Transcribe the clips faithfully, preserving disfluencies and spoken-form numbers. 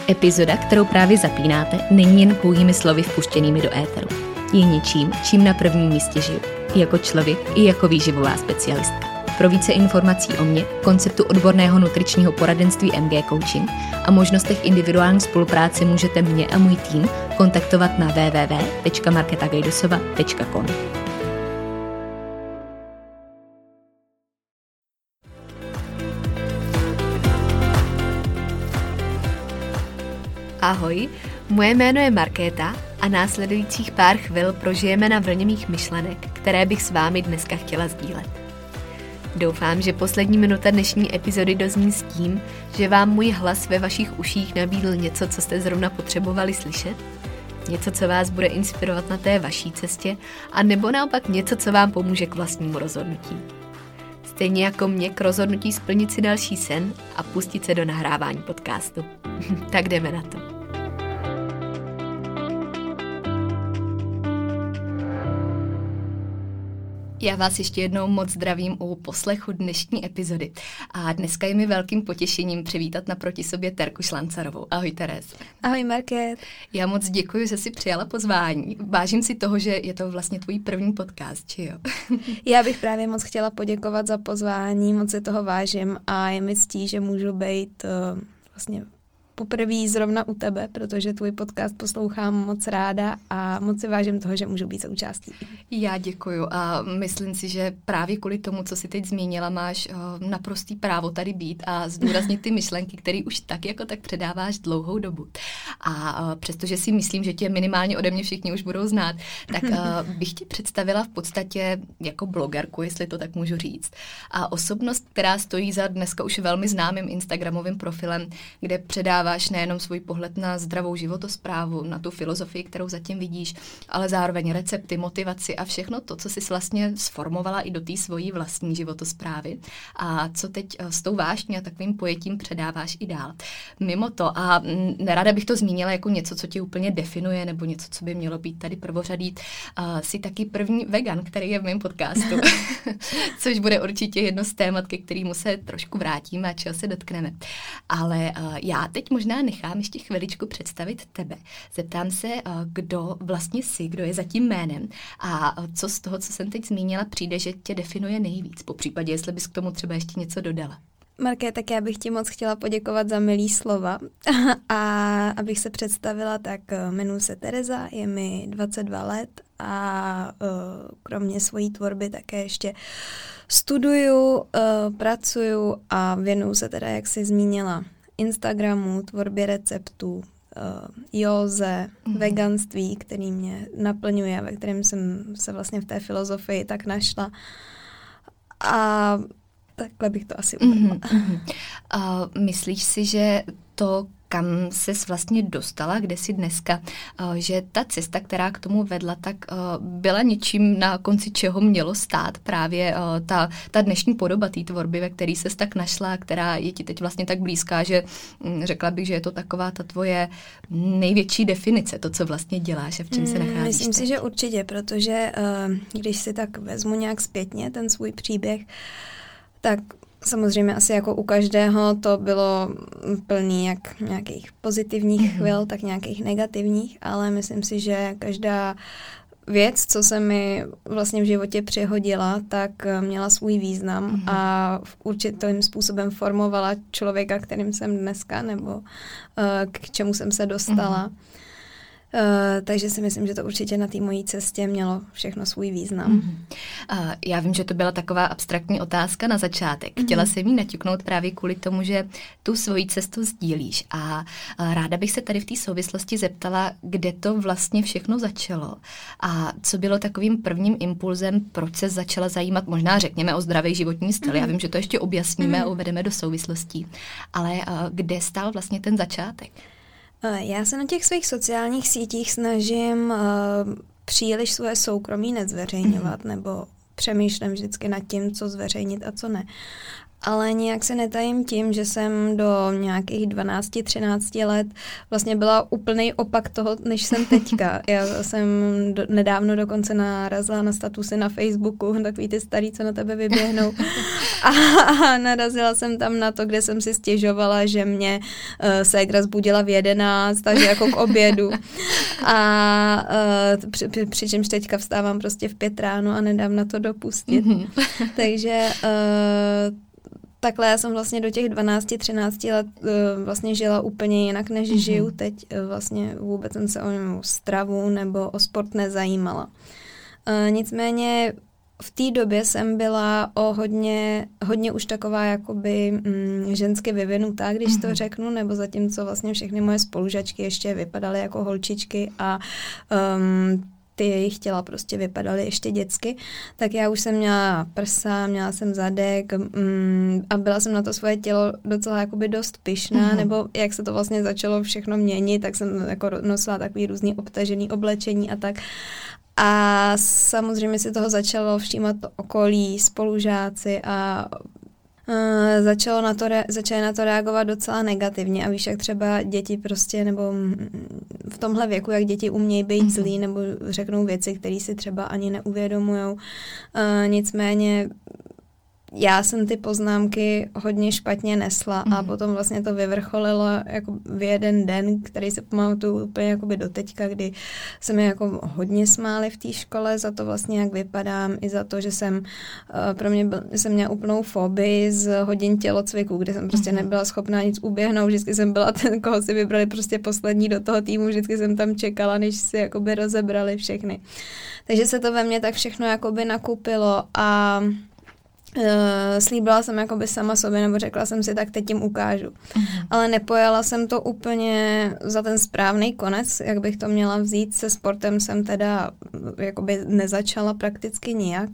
Epizoda, kterou právě zapínáte, není jen pouhými slovy vpuštěnými do éteru. Je něčím, čím na prvním místě žiju. I jako člověk, i jako výživová specialistka. Pro více informací o mně, konceptu odborného nutričního poradenství M G Coaching a možnostech individuální spolupráce můžete mě a můj tým kontaktovat na w w w tečka markéta gajdosova tečka com. Ahoj, moje jméno je Markéta a následujících pár chvil prožijeme na vlně mých myšlenek, které bych s vámi dneska chtěla sdílet. Doufám, že poslední minuta dnešní epizody dozní s tím, že vám můj hlas ve vašich uších nabídl něco, co jste zrovna potřebovali slyšet, něco, co vás bude inspirovat na té vaší cestě, a nebo naopak něco, co vám pomůže k vlastnímu rozhodnutí. Stejně jako mě k rozhodnutí splnit si další sen a pustit se do nahrávání podcastu. Tak jdeme na to. Já vás ještě jednou moc zdravím u poslechu dnešní epizody. A dneska je mi velkým potěšením přivítat naproti sobě Terku Šlancarovou. Ahoj, Teres. Ahoj, Markét. Já moc děkuji, že jsi přijala pozvání. Vážím si toho, že je to vlastně tvůj první podcast, či jo? Já bych právě moc chtěla poděkovat za pozvání, moc si toho vážím a je mi ctí, že můžu být uh, vlastně poprvé zrovna u tebe, protože tvůj podcast poslouchám moc ráda a moc si vážím toho, že můžu být součástí. Já děkuju a myslím si, že právě kvůli tomu, co jsi teď zmínila, máš uh, naprostý právo tady být a zdůraznit ty myšlenky, které už tak jako tak předáváš dlouhou dobu. A uh, přestože si myslím, že tě minimálně ode mě všichni už budou znát, tak uh, bych tě představila v podstatě jako blogerku, jestli to tak můžu říct. A osobnost, která stojí za dneska už velmi známým instagramovým profilem, kde předává nejenom svůj pohled na zdravou životosprávu, na tu filozofii, kterou zatím vidíš, ale zároveň recepty, motivaci a všechno to, co jsi vlastně sformovala i do té svojí vlastní životosprávy a co teď s tou vášní a takovým pojetím předáváš i dál. Mimo to, a nerada bych to zmínila jako něco, co tě úplně definuje, nebo něco, co by mělo být tady prvořadý, uh, jsi taky první vegan, který je v mém podcastu, což bude určitě jedno z témat, ke kterému se trošku vrátíme a čeho se dotkneme. Ale uh, já teď možná nechám ještě chviličku představit tebe. Zeptám se, kdo vlastně jsi, kdo je za tím jménem a co z toho, co jsem teď zmínila, přijde, že tě definuje nejvíc. Po případě, jestli bys k tomu třeba ještě něco dodala. Marké, tak já bych ti moc chtěla poděkovat za milý slova a abych se představila, tak jmenuji se Tereza, je mi dvacet dva let a kromě svojí tvorby také ještě studuju, pracuju a věnuju se teda, jak jsi zmínila, Instagramu, tvorbě receptů, uh, józe, mm. veganství, který mě naplňuje a ve kterém jsem se vlastně v té filozofii tak našla. A takhle bych to asi uvedla. Mm-hmm. Uh, myslíš si, že to, kam ses vlastně dostala, kde jsi dneska, že ta cesta, která k tomu vedla, tak byla něčím, na konci čeho mělo stát právě ta, ta dnešní podoba té tvorby, ve který ses tak našla, která je ti teď vlastně tak blízká, že řekla bych, že je to taková ta tvoje největší definice, to, co vlastně děláš a v čem se nacházíš. Myslím teď. si, že určitě, protože když si tak vezmu nějak zpětně ten svůj příběh, tak samozřejmě asi jako u každého to bylo plný jak nějakých pozitivních mm-hmm. chvil, tak nějakých negativních, ale myslím si, že každá věc, co se mi vlastně v životě přihodila, tak měla svůj význam mm-hmm. a určitým způsobem formovala člověka, kterým jsem dneska, nebo uh, k čemu jsem se dostala. Mm-hmm. Uh, takže si myslím, že to určitě na té mojí cestě mělo všechno svůj význam. Mm-hmm. Uh, já vím, že to byla taková abstraktní otázka na začátek. Mm-hmm. Chtěla jsem ji naťuknout právě kvůli tomu, že tu svoji cestu sdílíš. A uh, ráda bych se tady v té souvislosti zeptala, kde to vlastně všechno začalo a co bylo takovým prvním impulzem, proč se začala zajímat, možná řekněme o zdravý životní styl. Mm-hmm. Já vím, že to ještě objasníme mm-hmm. a uvedeme do souvislostí. Ale uh, kde stál vlastně ten začátek? Já se na těch svých sociálních sítích snažím uh, příliš svoje soukromí nezveřejňovat, mm. nebo přemýšlím vždycky nad tím, co zveřejnit a co ne. ale nijak se netajím tím, že jsem do nějakých dvanáct třináct let vlastně byla úplný opak toho, než jsem teďka. Já jsem do, nedávno dokonce narazila na statusy na Facebooku, takový ty starý, co na tebe vyběhnou. A, a narazila jsem tam na to, kde jsem si stěžovala, že mě uh, ségra zbudila v jedenáct, takže jako k obědu. A uh, při, při, přičemž teďka vstávám prostě v pět ráno a nedám na to dopustit. Mm-hmm. Takže uh, takhle já jsem vlastně do těch dvanáct třináct let uh, vlastně žila úplně jinak, než mm-hmm. žiju teď. Uh, vlastně vůbec jsem se o stravu nebo o sport nezajímala. Uh, nicméně v té době jsem byla o hodně, hodně už taková jakoby mm, žensky vyvinutá, když mm-hmm. to řeknu, nebo zatímco vlastně všechny moje spolužačky ještě vypadaly jako holčičky a um, ty jejich těla prostě vypadaly ještě dětsky, tak já už jsem měla prsa, měla jsem zadek mm, a byla jsem na to svoje tělo docela jakoby dost pyšná, mm-hmm. nebo jak se to vlastně začalo všechno měnit, tak jsem jako nosila takový různý obtažený oblečení a tak. A samozřejmě si toho začalo všímat to okolí, spolužáci a uh, začalo na to re- začaly na to reagovat docela negativně. A víš, jak třeba děti prostě, nebo v tomhle věku, jak děti umějí být mm-hmm. zlí, nebo řeknou věci, které si třeba ani neuvědomujou. Uh, nicméně já jsem ty poznámky hodně špatně nesla mm. a potom vlastně to vyvrcholilo jako v jeden den, který se pamatuju úplně jakoby do teďka, kdy se mi jako hodně smáli v té škole za to vlastně, jak vypadám, i za to, že jsem pro mě byl, jsem měla úplnou fobii z hodin tělocviku, kde jsem prostě mm. nebyla schopná nic uběhnout, vždycky jsem byla ten, koho si vybrali prostě poslední do toho týmu, vždycky jsem tam čekala, než si jakoby rozebrali všechny. Takže se to ve mně tak všechno jakoby nakupilo a Uh, slíbila jsem jakoby sama sobě, nebo řekla jsem si, tak teď tím ukážu. Uh-huh. Ale nepojala jsem to úplně za ten správný konec, jak bych to měla vzít. Se sportem jsem teda jakoby nezačala prakticky nijak. Uh,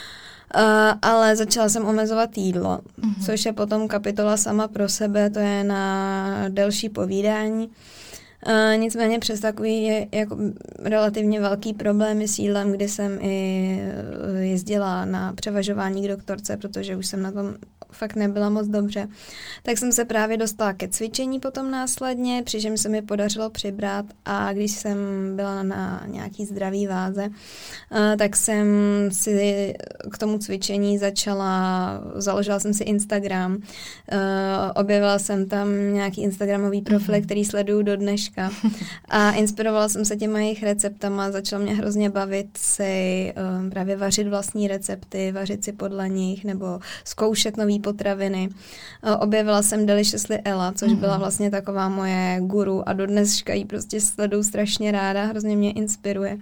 ale začala jsem omezovat jídlo, uh-huh. což je potom kapitola sama pro sebe, to je na delší povídání. Uh, nicméně přes takový je, jako relativně velký problémy s jídlem, kdy jsem i jezdila na převažování k doktorce, protože už jsem na tom fakt nebyla moc dobře. Tak jsem se právě dostala ke cvičení potom následně, přičemž se mi podařilo přibrat a když jsem byla na nějaký zdravý váze, uh, tak jsem si k tomu cvičení začala, založila jsem si Instagram, uh, objevila jsem tam nějaký instagramový profil, který sleduju do dneška. A inspirovala jsem se těma jejich receptama, začala mě hrozně bavit si um, právě vařit vlastní recepty, vařit si podle nich nebo zkoušet nový potraviny. Uh, objevila jsem Deliciously Ella, což mm-hmm. byla vlastně taková moje guru a dodneška ji prostě sleduju strašně ráda, hrozně mě inspiruje.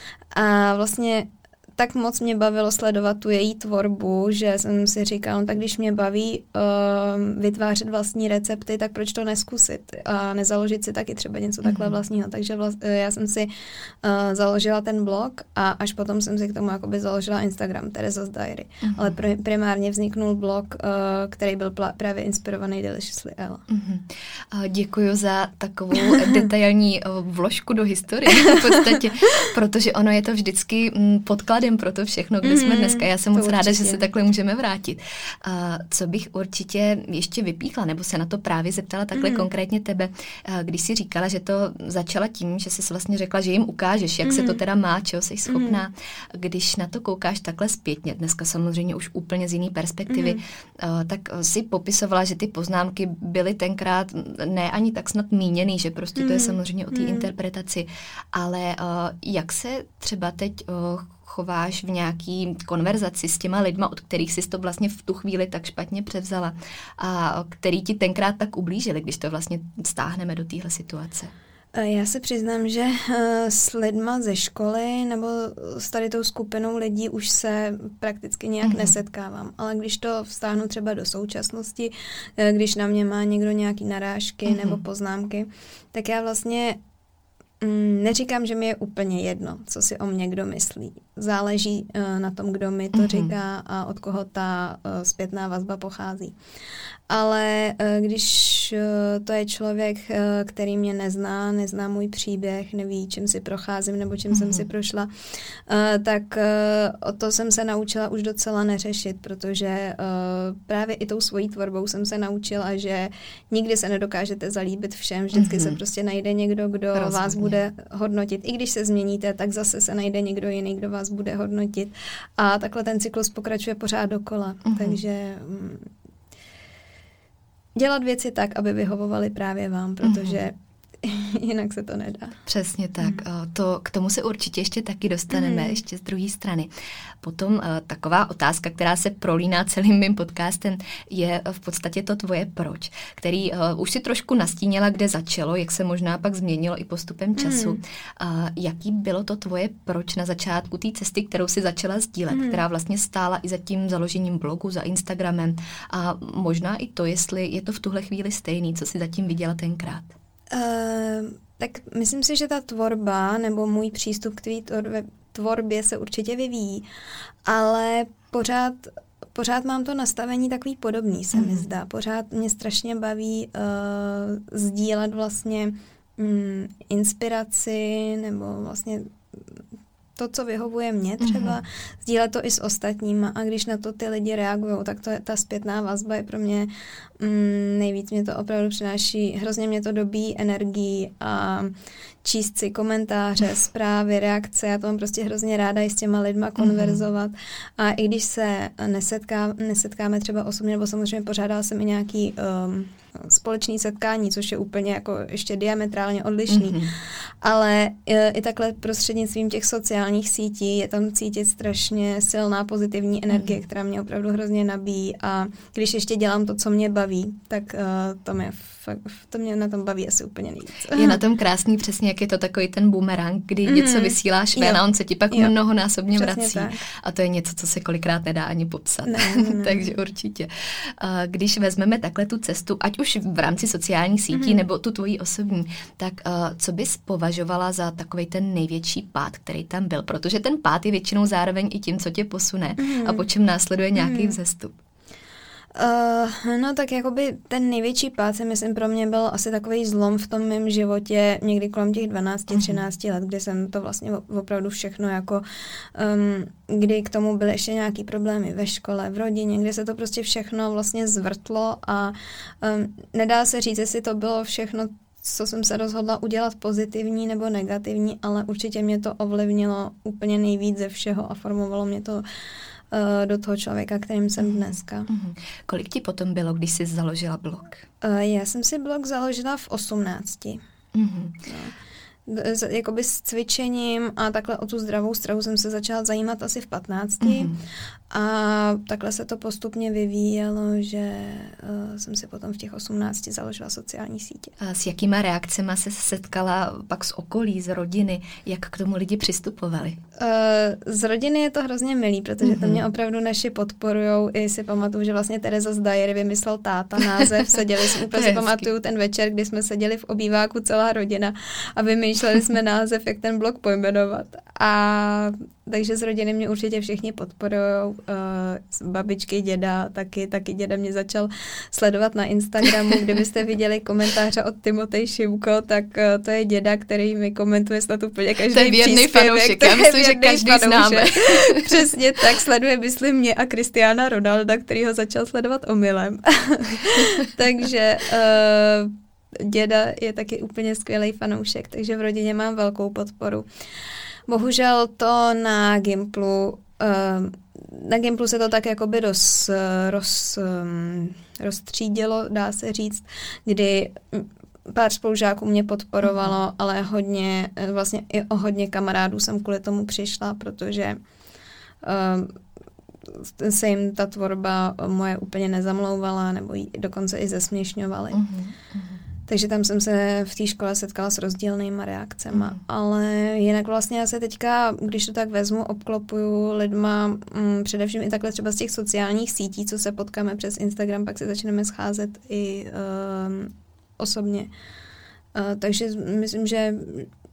A vlastně tak moc mě bavilo sledovat tu její tvorbu, že jsem si říkala, no tak když mě baví uh, vytvářet vlastní recepty, tak proč to neskusit a nezaložit si taky třeba něco takhle mm-hmm. vlastního. Takže vlast, já jsem si uh, založila ten blog a až potom jsem si k tomu jakoby založila Instagram, Teresa's Diary. Mm-hmm. Ale pr- primárně vzniknul blog, uh, který byl pl- právě inspirovaný Deliciously Ella. Mm-hmm. Uh, děkuji za takovou detailní uh, vložku do historie v podstatě, protože ono je to vždycky mm, podkladem pro to všechno, kde mm, jsme dneska. Já jsem moc určitě ráda, že se takhle můžeme vrátit. A co bych určitě ještě vypíchla, nebo se na to právě zeptala takhle mm. konkrétně tebe, když jsi říkala, že to začala tím, že jsi vlastně řekla, že jim ukážeš, jak mm. se to teda má, čeho jsi schopná. Mm. Když na to koukáš takhle zpětně, dneska samozřejmě už úplně z jiný perspektivy, mm. tak si popisovala, že ty poznámky byly tenkrát ne ani tak snad míněný, že prostě mm. to je samozřejmě o té mm. interpretaci, ale jak se třeba teď chováš v nějaký konverzaci s těma lidma, od kterých jsi to vlastně v tu chvíli tak špatně převzala a který ti tenkrát tak ublížili, když to vlastně stáhneme do téhle situace? Já se přiznám, že s lidma ze školy nebo s tady tou skupinou lidí už se prakticky nějak mm-hmm. nesetkávám. Ale když to vztáhnu třeba do současnosti, když na mě má někdo nějaký narážky mm-hmm. nebo poznámky, tak já vlastně neříkám, že mi je úplně jedno, co si o mě kdo myslí. Záleží uh, na tom, kdo mi to mm-hmm. říká a od koho ta uh, zpětná vazba pochází. ale když to je člověk, který mě nezná, nezná můj příběh, neví, čím si procházím nebo čím mm-hmm. jsem si prošla, tak o to jsem se naučila už docela neřešit, protože právě i tou svojí tvorbou jsem se naučila, že nikdy se nedokážete zalíbit všem, vždycky mm-hmm. se prostě najde někdo, kdo Rozhodně. vás bude hodnotit. I když se změníte, tak zase se najde někdo jiný, kdo vás bude hodnotit. A takhle ten cyklus pokračuje pořád dokola. Mm-hmm. Takže dělat věci tak, aby vyhovovaly právě vám, protože mm-hmm. jinak se to nedá. Přesně tak. Mm. To, k tomu se určitě ještě taky dostaneme, mm. ještě z druhé strany. Potom uh, taková otázka, která se prolíná celým mým podcastem, je v podstatě to tvoje proč, který uh, už si trošku nastínila, kde začalo, jak se možná pak změnilo i postupem času. Mm. Uh, jaký bylo to tvoje proč na začátku té cesty, kterou si začala sdílet, mm. která vlastně stála i za tím založením blogu, za Instagramem a možná i to, jestli je to v tuhle chvíli stejný, co si zatím viděla tenkrát. Uh, tak myslím si, že ta tvorba nebo můj přístup k tvý tvorbě se určitě vyvíjí, ale pořád, pořád mám to nastavení takový podobný, se mm. mi zdá. Pořád mě strašně baví uh, sdílet vlastně um, inspiraci nebo vlastně to, co vyhovuje mně třeba, mm-hmm. sdílet to i s ostatníma a když na to ty lidi reagují, tak to je, ta zpětná vazba je pro mě mm, nejvíc, mě to opravdu přináší, hrozně mě to dobíjí energii a číst si komentáře, zprávy, reakce, já to mám prostě hrozně ráda i s těma lidma konverzovat mm-hmm. a i když se nesetká, nesetkáme třeba osobně, nebo samozřejmě pořádala jsem i nějaký um, společný setkání, což je úplně jako ještě diametrálně odlišný, mm-hmm. ale i, i takhle prostřednictvím těch sociálních sítí je tam cítit strašně silná pozitivní energie, mm-hmm. která mě opravdu hrozně nabíjí a když ještě dělám to, co mě baví, tak uh, to mě fakt, to mě na tom baví asi úplně nejvíc. Je na tom krásný přesně, jak je to takový ten bumerang, kdy mm-hmm. něco vysíláš ven a on se ti pak jo. mnohonásobně Přesně vrací. Tak. A to je něco, co se kolikrát nedá ani popsat. Ne, ne. Takže určitě. Když vezmeme takhle tu cestu, ať už v rámci sociálních sítí mm-hmm. nebo tu tvojí osobní, tak co bys považovala za takovej ten největší pád, který tam byl? Protože ten pád je většinou zároveň i tím, co tě posune mm-hmm. a po čem následuje nějaký mm-hmm. vzestup. Uh, no tak jakoby ten největší pád si myslím pro mě byl asi takový zlom v tom mém životě někdy kolem těch dvanáct třináct let, kdy jsem to vlastně opravdu všechno jako, um, kdy k tomu byly ještě nějaký problémy ve škole, v rodině, kde se to prostě všechno vlastně zvrtlo a um, nedá se říct, jestli to bylo všechno, co jsem se rozhodla udělat pozitivní nebo negativní, ale určitě mě to ovlivnilo úplně nejvíc ze všeho a formovalo mě to do toho člověka, kterým jsem dneska. Mm-hmm. Kolik ti potom bylo, když jsi založila blog? Uh, já jsem si blog založila v osmnácti. Mm-hmm. No. Jakoby s cvičením a takhle o tu zdravou stravu jsem se začala zajímat asi v patnácti. Mm-hmm. A takhle se to postupně vyvíjelo, že uh, jsem si potom v těch osmnácti založila sociální sítě. A s jakýma reakcemi se setkala pak z okolí, z rodiny? Jak k tomu lidi přistupovali? Uh, z rodiny je to hrozně milý, protože mm-hmm. to mě opravdu naši podporujou. I si pamatuju, že vlastně Tereza z Diary vymyslel táta název. Seděli jsme, úplně si pamatuju ten večer, kdy jsme seděli v obýváku celá rodina a vymýšleli jsme název, jak ten blog pojmenovat. A takže z rodiny mě určitě všichni podporujou. Uh, babičky, děda, taky, taky děda mě začal sledovat na Instagramu. Kdybyste viděli komentáře od Timotej Šimko, tak uh, to je děda, který mi komentuje snad úplně každý příspěvek. To je věrný fanoušek, já myslím, že každý známe. Přesně tak, sleduje, myslím, mě a Cristiana Ronalda, který ho začal sledovat omylem. Takže uh, děda je taky úplně skvělý fanoušek, takže v rodině mám velkou podporu. Bohužel to na Gimplu, uh, na Gimplu se to tak jakoby roz, roz, um, rozstřídilo, dá se říct, kdy pár spolužáků mě podporovalo, mm. ale hodně, vlastně i o hodně kamarádů jsem kvůli tomu přišla, protože uh, se jim ta tvorba moje úplně nezamlouvala, nebo ji dokonce i zesměšňovali. Mm. Takže tam jsem se v té škole setkala s rozdílnýma reakcema. Mm. Ale jinak vlastně já se teďka, když to tak vezmu, obklopuju lidma, mm, především i takhle třeba z těch sociálních sítí, co se potkáme přes Instagram, pak se začneme scházet i um, osobně. Uh, takže myslím, že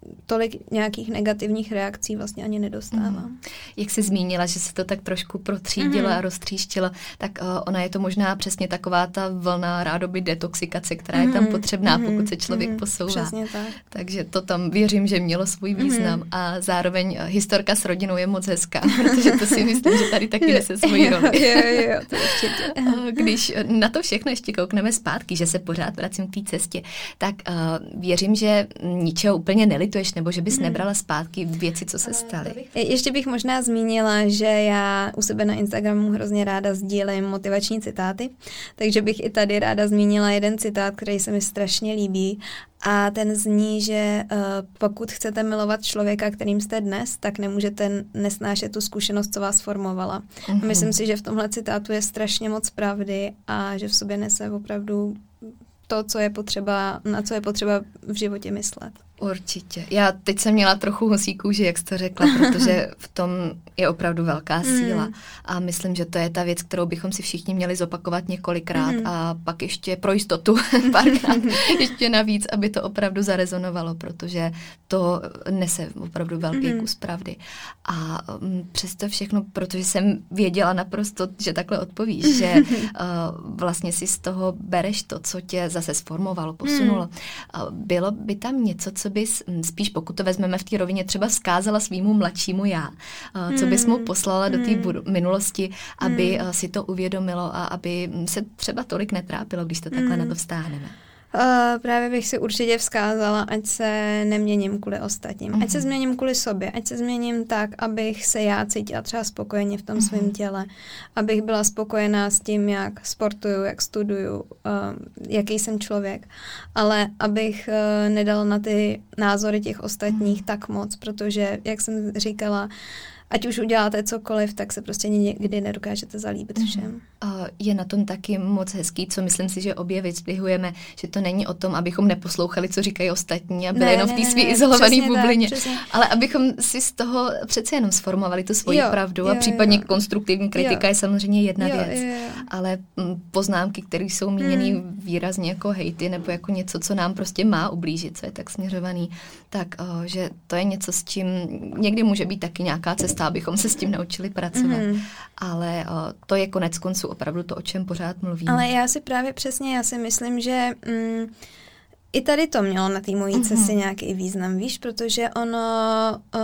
tolik nějakých negativních reakcí vlastně ani nedostávám. Mm. Jak jsi zmínila, že se to tak trošku protřídilo mm. a roztříštilo, tak uh, ona je to možná přesně taková ta vlna rádoby detoxikace, která mm. je tam potřebná, mm. pokud se člověk mm. posouvá. Přesně tak. Takže to tam věřím, že mělo svůj význam mm. a zároveň historka s rodinou je moc hezká, protože to si myslím, že tady taky nese svoji roli. jo, jo, jo, to určitě. Když na to všechno ještě koukneme zpátky, že se pořád vracím k té cestě, tak uh, věřím, že ničeho úplně nelituješ, nebo že bys nebrala zpátky věci, co se staly. Ještě bych možná zmínila, že já u sebe na Instagramu hrozně ráda sdílím motivační citáty, takže bych i tady ráda zmínila jeden citát, který se mi strašně líbí, a ten zní, že uh, pokud chcete milovat člověka, kterým jste dnes, tak nemůžete nesnášet tu zkušenost, co vás formovala. Mm-hmm. A myslím si, že v tomhle citátu je strašně moc pravdy a že v sobě nese opravdu to, co je potřeba, na co je potřeba v životě myslet. Určitě. Já teď jsem měla trochu husí kůži, jak jsi to řekla, protože v tom je opravdu velká síla. Mm. A myslím, že to je ta věc, kterou bychom si všichni měli zopakovat několikrát mm. a pak ještě pro jistotu párkrát ještě navíc, aby to opravdu zarezonovalo, protože to nese opravdu velký mm. kus pravdy. A um, přesto všechno, protože jsem věděla naprosto, že takhle odpovíš, že uh, vlastně si z toho bereš to, co tě zase sformovalo, posunulo. Mm. Uh, bylo by tam něco, co bys spíš, pokud to vezmeme v té rovině, třeba vzkázala svýmu mladšímu já, uh, co bys mu poslala do té budu- minulosti, aby uh, si to uvědomilo a aby se třeba tolik netrápilo, když to takhle na to vztáhneme. Uh, právě bych si určitě vzkázala, ať se neměním kvůli ostatním. Uh-huh. Ať se změním kvůli sobě. Ať se změním tak, abych se já cítila třeba spokojeně v tom uh-huh. svém těle. Abych byla spokojená s tím, jak sportuju, jak studuju, uh, jaký jsem člověk. Ale abych uh, nedala na ty názory těch ostatních uh-huh. tak moc, protože, jak jsem říkala, ať už uděláte cokoliv, tak se prostě nikdy nedokážete zalíbit všem. Uh, je na tom taky moc hezký, co myslím si, že obě vyzdvihujeme, že to není o tom, abychom neposlouchali, co říkají ostatní a byli ne, jenom v té své izolované bublině, tak, ale abychom si z toho přece jenom sformovali tu svoji jo, pravdu jo, a případně jo. konstruktivní kritika jo. je samozřejmě jedna jo, věc, jo, jo. ale poznámky, které jsou míněny hmm. výrazně jako hejty nebo jako něco, co nám prostě má ublížit, co je tak směřovaný, tak uh, že to je něco, s čím někdy může být taky nějaká cesta, abychom se s tím naučili pracovat. Mm. Ale o, to je konec konců opravdu to, o čem pořád mluvíme. Ale já si právě přesně, já si myslím, že mm, i tady to mělo na té mojí cestě mm-hmm. nějaký význam, víš, protože ono uh,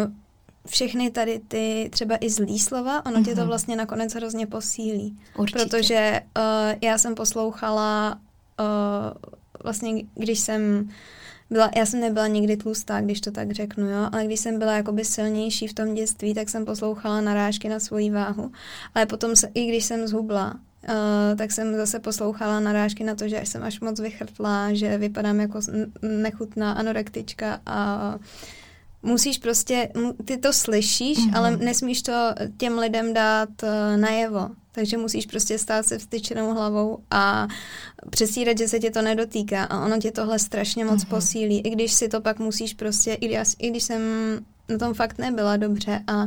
všechny tady ty třeba i zlý slova, ono mm-hmm. tě to vlastně nakonec hrozně posílí. Určitě. Protože uh, já jsem poslouchala uh, vlastně, když jsem Byla, já jsem nebyla nikdy tlustá, když to tak řeknu, jo, ale když jsem byla jakoby silnější v tom dětství, tak jsem poslouchala narážky na svoji váhu. Ale potom, se, i když jsem zhubla, uh, tak jsem zase poslouchala narážky na to, že jsem až moc vychrtlá, že vypadám jako nechutná anorektička a musíš prostě, ty to slyšíš, mm-hmm. ale nesmíš to těm lidem dát uh, najevo. Takže musíš prostě stát se vstyčenou hlavou a přesírat, že se tě to nedotýká a ono tě tohle strašně moc mm-hmm. posílí. I když si to pak musíš prostě, i, já, i když jsem na tom fakt nebyla dobře a uh,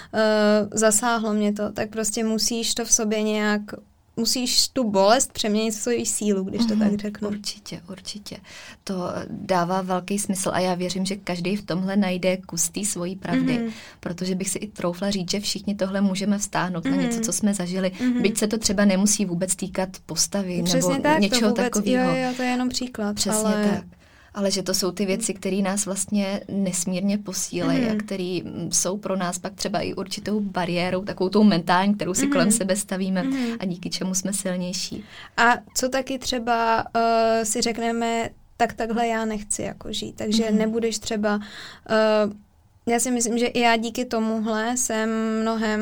zasáhlo mě to, tak prostě musíš to v sobě nějak musíš tu bolest přeměnit v svoji sílu, když to mm-hmm, tak řeknu. Určitě, určitě. To dává velký smysl a já věřím, že každý v tomhle najde kus té svojí pravdy, mm-hmm. protože bych si i troufla říct, že všichni tohle můžeme vztáhnout mm-hmm. na něco, co jsme zažili, mm-hmm. byť se to třeba nemusí vůbec týkat postavy Přesně nebo tak, něčeho vůbec, takového. Jo, jo, to je jenom příklad. Přesně ale... tak. Ale že to jsou ty věci, které nás vlastně nesmírně posílají mm. a které jsou pro nás pak třeba i určitou bariérou, takovou tou mentální, kterou si mm. kolem sebe stavíme mm. a díky čemu jsme silnější. A co taky třeba uh, si řekneme, tak takhle já nechci jako žít, takže mm. nebudeš třeba, uh, já si myslím, že i já díky tomuhle jsem mnohem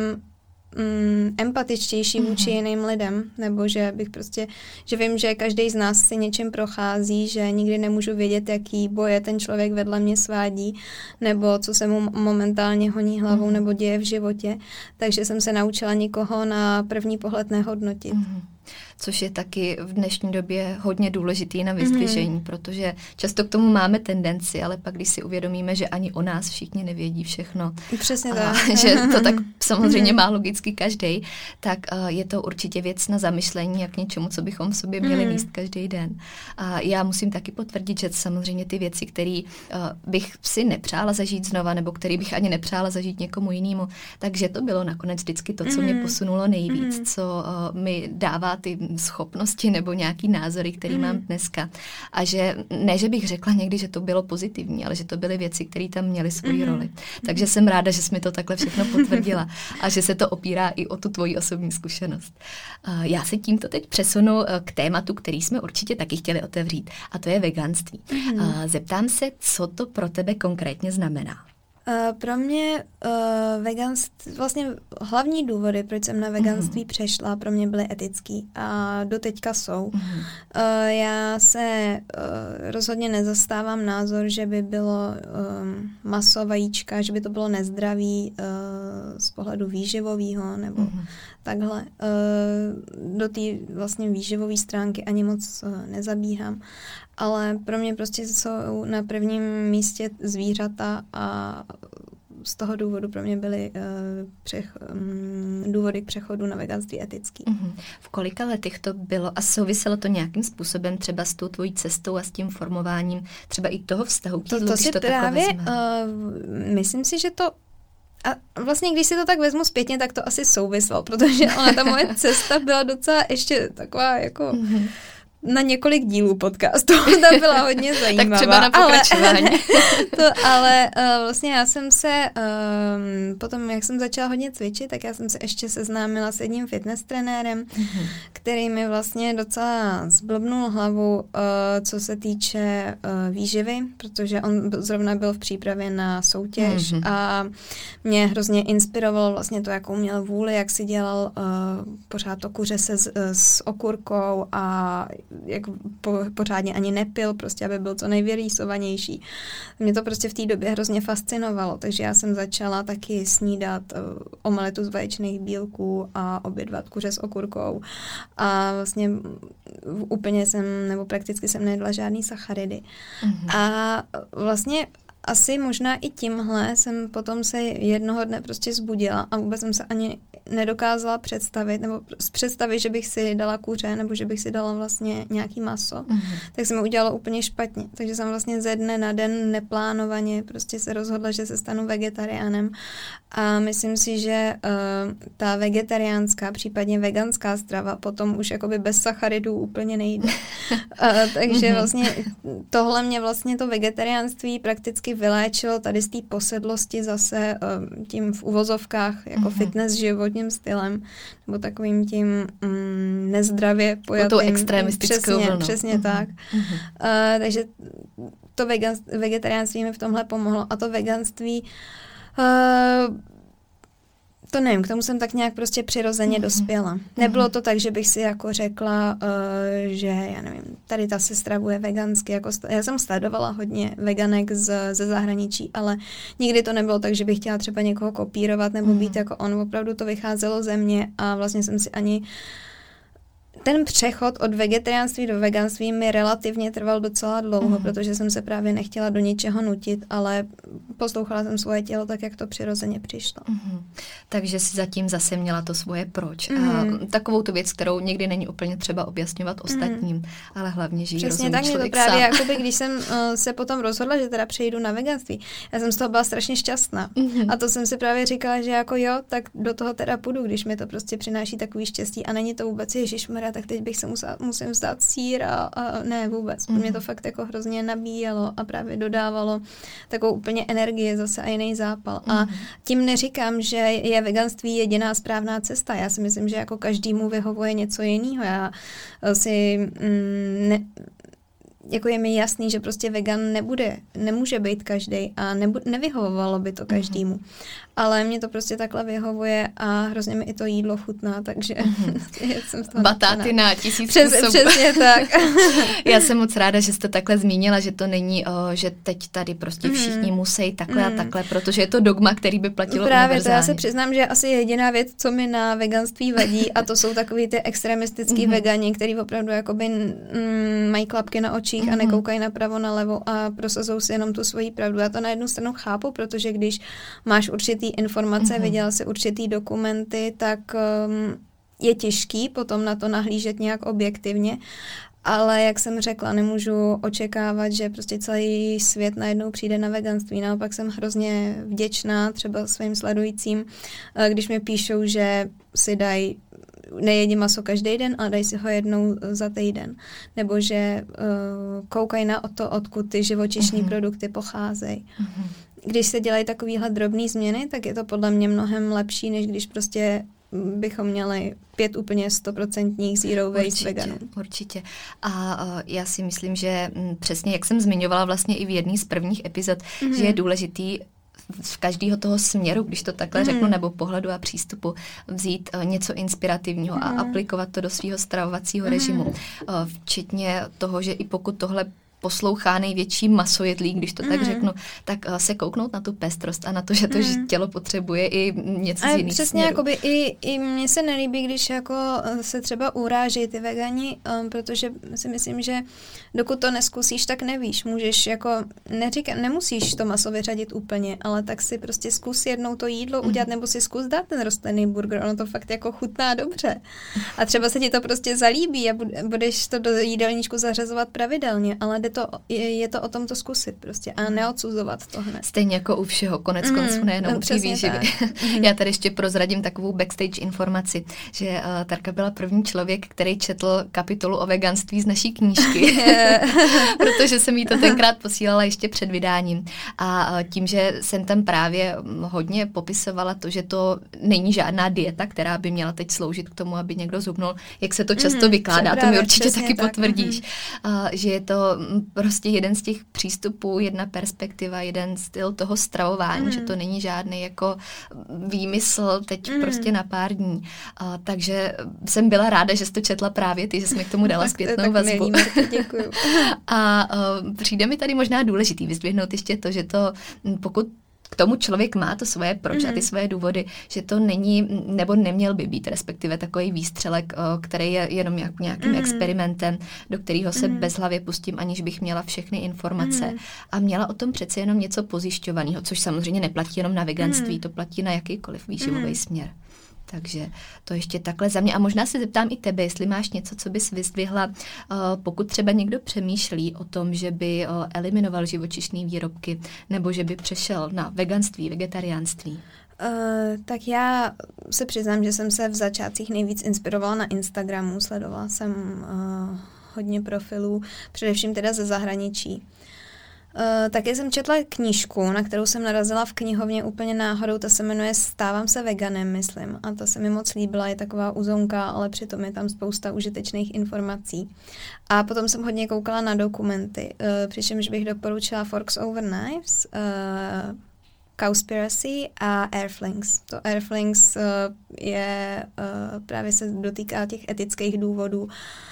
Mm, empatičtější vůči mm-hmm. jiným lidem, nebo že bych prostě, že vím, že každý z nás si něčím prochází, že nikdy nemůžu vědět, jaký boje ten člověk vedle mě svádí, nebo co se mu momentálně honí hlavou, mm-hmm. nebo děje v životě, takže jsem se naučila nikoho na první pohled nehodnotit. Mm-hmm. což je taky v dnešní době hodně důležitý na vyzdvižení, mm-hmm. protože často k tomu máme tendenci, ale pak když si uvědomíme, že ani o nás všichni nevědí všechno. Přesně tak. A, že to tak samozřejmě má logicky každej, tak uh, je to určitě věc na zamyšlení a k něčemu, co bychom v sobě měli mm. míst každý den. A já musím taky potvrdit, že samozřejmě ty věci, které uh, bych si nepřála zažít znova, nebo které bych ani nepřála zažít někomu jinému, takže to bylo nakonec vždycky to, co mm. mě posunulo nejvíc, mm. co uh, mi dává ty schopnosti nebo nějaký názory, který mm. mám dneska. A že ne, že bych řekla někdy, že to bylo pozitivní, ale že to byly věci, které tam měly svoji mm. roli. Takže jsem ráda, že jsi mi to takhle všechno potvrdila a že se to opírá i o tu tvoji osobní zkušenost. Uh, já se tímto teď přesunu uh, k tématu, který jsme určitě taky chtěli otevřít, a to je veganství. Mm. Uh, zeptám se, co to pro tebe konkrétně znamená? Uh, pro mě uh, veganství, vlastně hlavní důvody, proč jsem na veganství mm. přešla, pro mě byly etický a doteďka jsou. Mm. Uh, já se uh, rozhodně nezastávám názor, že by bylo um, maso, vajíčka, že by to bylo nezdravý uh, z pohledu výživového nebo mm. takhle. Uh, do té vlastně výživové stránky ani moc uh, nezabíhám. Ale pro mě prostě jsou na prvním místě zvířata a z toho důvodu pro mě byly uh, přech, um, důvody k přechodu na veganství etický. Mm-hmm. V kolika letech to bylo a souviselo to nějakým způsobem třeba s tou tvojí cestou a s tím formováním třeba i toho vztahu k jídlu, to, to si to právě, uh, myslím si, že to a vlastně, když si to tak vezmu zpětně, tak to asi souvislo, protože ona, ta moje cesta byla docela ještě taková jako... Mm-hmm. na několik dílů podcastu. To byla hodně zajímavá. Tak třeba na pokračování. Ale, to, ale uh, vlastně já jsem se, um, potom jak jsem začala hodně cvičit, tak já jsem se ještě seznámila s jedním fitness trenérem, mm-hmm. který mi vlastně docela zblbnul hlavu, uh, co se týče uh, výživy, protože on zrovna byl v přípravě na soutěž mm-hmm. a mě hrozně inspirovalo vlastně to, jakou měl vůli, jak si dělal uh, pořád to kuře se s, s okurkou a jak po, pořádně ani nepil, prostě aby byl co nejvyrýsovanější. Mě to prostě v té době hrozně fascinovalo, takže já jsem začala taky snídat uh, omeletu z vaječných bílků a obědvat kuře s okurkou a vlastně úplně jsem, nebo prakticky jsem nejedla žádný sacharidy. Mm-hmm. A vlastně asi možná i tímhle jsem potom se jednoho dne prostě zbudila a vůbec jsem se ani nedokázala představit, nebo představit, že bych si dala kuře, nebo že bych si dala vlastně nějaký maso. Mm-hmm. Tak se mi udělalo úplně špatně. Takže jsem vlastně ze dne na den neplánovaně prostě se rozhodla, že se stanu vegetariánem. A myslím si, že uh, ta vegetariánská, případně veganská strava potom už jakoby bez sacharidů úplně nejde. uh, takže mm-hmm. vlastně tohle mě vlastně to vegetariánství prakticky vyléčilo tady z té posedlosti zase uh, tím v uvozovkách jako mm-hmm. fitness životním stylem, nebo takovým tím mm, nezdravě pojatým. O tou extremistickou přesně, vlnou. Přesně mm-hmm. tak. Mm-hmm. Uh, takže to vegan, vegetariánství mi v tomhle pomohlo a to veganství uh, to nevím, k tomu jsem tak nějak prostě přirozeně mm-hmm. dospěla. Nebylo to tak, že bych si jako řekla, uh, že já nevím, tady ta se stravuje vegansky. Jako st- já jsem sledovala hodně veganek z, ze zahraničí, ale nikdy to nebylo tak, že bych chtěla třeba někoho kopírovat nebo mm-hmm. být jako on. Opravdu to vycházelo ze mě a vlastně jsem si ani ten přechod od vegetariánství do veganství mi relativně trval docela dlouho, mm. protože jsem se právě nechtěla do ničeho nutit, ale poslouchala jsem svoje tělo tak, jak to přirozeně přišlo. Mm. Takže si zatím zase měla to svoje proč. Mm. A takovou tu věc, kterou někdy není úplně třeba objasňovat ostatním, mm. ale hlavně žijí rozumný člověk. Přesně tak, mě to právě, jakoby, když jsem uh, se potom rozhodla, že teda přejdu na veganství, já jsem z toho byla strašně šťastná. Mm. A to jsem si právě říkala, že jako jo, tak do toho teda půjdu, když mi to prostě přináší takový štěstí a není to vůbec ježišmarja, tak teď bych se musela, musím vzdát sýr a, a ne vůbec. Mm. Mě to fakt jako hrozně nabíjelo a právě dodávalo takovou úplně energii zase a jiný zápal. Mm. A tím neříkám, že je veganství jediná správná cesta. Já si myslím, že jako každému vyhovuje něco jiného. Já si mm, ne, jako je mi jasný, že prostě vegan nebude, nemůže být každý a nebu, nevyhovovalo by to každému. Mm-hmm. Ale mě to prostě takhle vyhovuje a hrozně mi i to jídlo chutná, takže mm-hmm. jsem z toho batáty na tisíc Přes, způsob. Přesně tak. Já jsem moc ráda, že jste takhle zmínila, že to není, o, že teď tady prostě všichni mm. musí takhle mm. a takhle, protože je to dogma, který by platilo Právě univerzálně. To já se přiznám, že asi jediná věc, co mi na veganství vadí, a to jsou takový ty extremistický mm. vegani, který opravdu jakoby mm, mají klapky na očích mm. a nekoukají napravo, nalevo a prosazují si jenom tu svoji pravdu. Já to na jednu stranu chápu, protože když máš určitý informace, mm. viděla si určitý dokumenty, tak um, je těžký potom na to nahlížet nějak objektivně. Ale jak jsem řekla, nemůžu očekávat, že prostě celý svět najednou přijde na veganství. Naopak jsem hrozně vděčná třeba svým sledujícím, když mi píšou, že si dají nejedí maso každý den, ale dají si ho jednou za týden. Nebo že uh, koukají na to, odkud ty živočišní mm-hmm. produkty pocházejí. Mm-hmm. Když se dělají takovýhle drobné změny, tak je to podle mě mnohem lepší, než když prostě bychom měli pět úplně stoprocentních zero waste veganů. Určitě. A uh, já si myslím, že m, přesně, jak jsem zmiňovala vlastně i v jedné z prvních epizod, mm-hmm. že je důležitý z každého toho směru, když to takhle mm. řeknu, nebo pohledu a přístupu, vzít uh, něco inspirativního mm. a aplikovat to do svého stravovacího mm. režimu. Uh, včetně toho, že i pokud tohle poslouchá největší masojedlík, když to mm. tak řeknu, tak uh, se kouknout na tu pestrost a na to, že to mm. tělo potřebuje i něco a z jiných přesně, směrů. Jakoby i, i mně se nelíbí, když jako se třeba urážejí ty vegani, um, protože si myslím, že dokud to neskusíš, tak nevíš. Můžeš jako, neříkat, nemusíš to maso vyřadit úplně, ale tak si prostě zkus jednou to jídlo udělat, mm. nebo si zkus dát ten rostlinný burger, ono to fakt jako chutná dobře. A třeba se ti to prostě zalíbí a budeš to do jídelníčku zařazovat pravidelně, ale to, je, je to o tom to zkusit prostě a neodsuzovat to hned. Stejně jako u všeho, konec konců mm, nejenom u té výživy. Já tady ještě prozradím takovou backstage informaci, že uh, Terka byla první člověk, který četl kapitolu o veganství z naší knížky, protože jsem jí to tenkrát posílala ještě před vydáním. A uh, tím, že jsem tam právě hodně popisovala to, že to není žádná dieta, která by měla teď sloužit k tomu, aby někdo zhubnul, jak se to často mm, vykládá, to mi určitě taky tak. potvrdíš, mm. uh, že je to prostě jeden z těch přístupů, jedna perspektiva, jeden styl toho stravování, mm. že to není žádný jako výmysl teď mm. prostě na pár dní. Uh, takže jsem byla ráda, že jsi to četla právě ty, že jsi mi k tomu dala zpětnou vazbu. Děkuju. A uh, přijde mi tady možná důležitý vyzdvihnout ještě to, že to pokud k tomu člověk má to svoje proč mm. a ty svoje důvody, že to není, nebo neměl by být, respektive takový výstřelek, který je jenom nějakým mm. experimentem, do kterého se mm. bezhlavě pustím, aniž bych měla všechny informace. Mm. A měla o tom přece jenom něco pozjišťovaného, což samozřejmě neplatí jenom na veganství, mm. to platí na jakýkoliv výživový mm. směr. Takže to ještě takhle za mě. A možná se zeptám i tebe, jestli máš něco, co bys vyzdvihla, uh, pokud třeba někdo přemýšlí o tom, že by uh, eliminoval živočišné výrobky, nebo že by přešel na veganství, vegetariánství. Uh, tak já se přiznám, že jsem se v začátcích nejvíc inspirovala na Instagramu. Sledovala jsem uh, hodně profilů, především teda ze zahraničí. Uh, taky jsem četla knížku, na kterou jsem narazila v knihovně úplně náhodou, ta se jmenuje Stávám se veganem, myslím, a ta se mi moc líbila, je taková uzonka, ale přitom je tam spousta užitečných informací. A potom jsem hodně koukala na dokumenty, uh, přičemž bych doporučila Forks Over Knives, uh, Cowspiracy a Airflings. To Airflings uh, je, uh, právě se dotýká těch etických důvodů.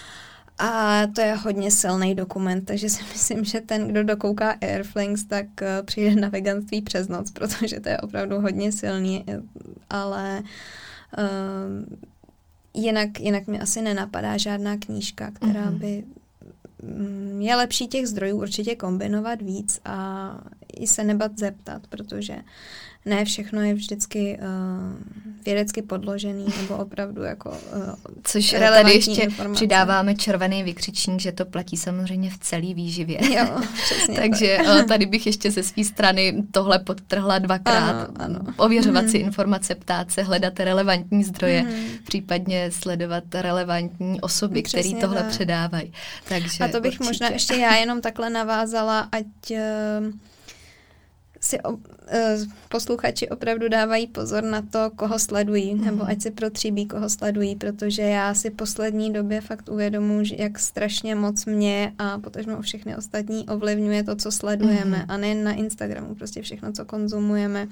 A to je hodně silný dokument, takže si myslím, že ten, kdo dokouká Airflings, tak uh, přijde na veganství přes noc, protože to je opravdu hodně silný, ale uh, jinak, jinak mi asi nenapadá žádná knížka, která mm-hmm. by... Um, je lepší těch zdrojů určitě kombinovat víc a i se nebat zeptat, protože ne všechno je vždycky uh, vědecky podložený nebo opravdu jako uh, což relevantní tady ještě informace. Přidáváme červený vykřičník, že to platí samozřejmě v celý výživě. Jo, přesně. Takže tak. Tady bych ještě ze své strany tohle podtrhla dvakrát. Ano, ano. Ověřovat mm. si informace, ptát se, hledat relevantní zdroje, mm. případně sledovat relevantní osoby, které tohle tak. předávají. Takže a to bych určitě. možná ještě já jenom takhle navázala, ať... Uh, si o, e, posluchači opravdu dávají pozor na to, koho sledují, mm. nebo ať si protříbí, koho sledují, protože já si poslední době fakt uvědomuji, jak strašně moc mě a potažmo všechny ostatní ovlivňuje to, co sledujeme, mm. a nejen na Instagramu, prostě všechno, co konzumujeme.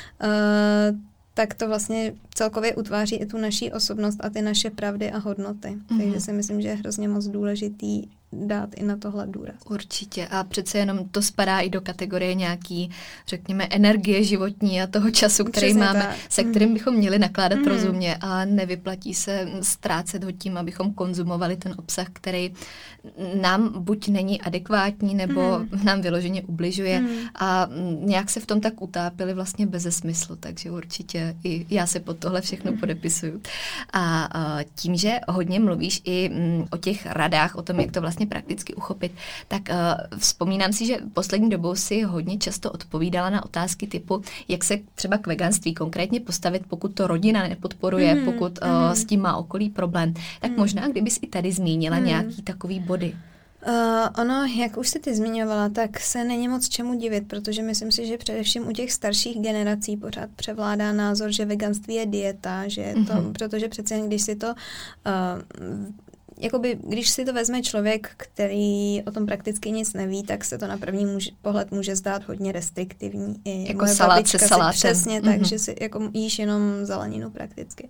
E, tak to vlastně celkově utváří i tu naší osobnost a ty naše pravdy a hodnoty. Mm. Takže si myslím, že je hrozně moc důležitý dát i na tohle důraz. Určitě. A přece jenom to spadá i do kategorie nějaký, řekněme, energie životní a toho času, který Přesně máme, tak. se kterým bychom měli nakládat mm. rozumně a nevyplatí se ztrácet ho tím, abychom konzumovali ten obsah, který nám buď není adekvátní, nebo mm. nám vyloženě ubližuje mm. a nějak se v tom tak utápili vlastně beze smyslu, takže určitě i já se pod tohle všechno mm. podepisuju. A, a tím, že hodně mluvíš i m, o těch radách, o tom, jak to vlastně prakticky uchopit, tak uh, vzpomínám si, že poslední dobou si hodně často odpovídala na otázky typu, jak se třeba k veganství konkrétně postavit, pokud to rodina nepodporuje, mm, pokud uh, mm. s tím má okolí problém. Tak mm. možná, kdybys i tady zmínila mm. nějaký takový body. Uh, ono, jak už jsi ty zmiňovala, tak se není moc čemu divit, protože myslím si, že především u těch starších generací pořád převládá názor, že veganství je dieta, že je to, mm-hmm. protože přece když si to uh, Jakoby, když si to vezme člověk, který o tom prakticky nic neví, tak se to na první muž, pohled může zdát hodně restriktivní. I jako salát se salátem. Přesně mm-hmm. tak, že si jako jíš jenom zeleninu prakticky.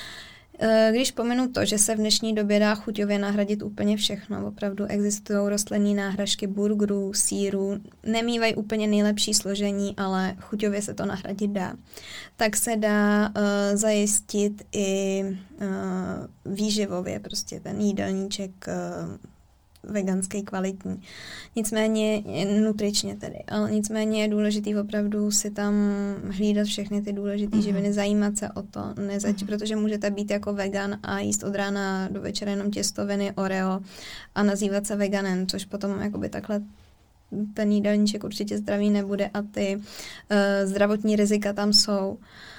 Když pominu to, že se v dnešní době dá chuťově nahradit úplně všechno, opravdu existují rostlinné náhražky burgerů, sýrů, nemývají úplně nejlepší složení, ale chuťově se to nahradit dá, tak se dá uh, zajistit i uh, výživově, prostě ten jídelníček uh, veganský, kvalitní. Nicméně, nutričně tedy, ale nicméně je důležitý opravdu si tam hlídat všechny ty důležité mm-hmm. živiny, zajímat se o to, nezač, mm-hmm. protože můžete být jako vegan a jíst od rána do večera jenom těstoviny, Oreo a nazývat se veganem, což potom jakoby takhle ten jídelníček určitě zdravý nebude a ty uh, zdravotní rizika tam jsou.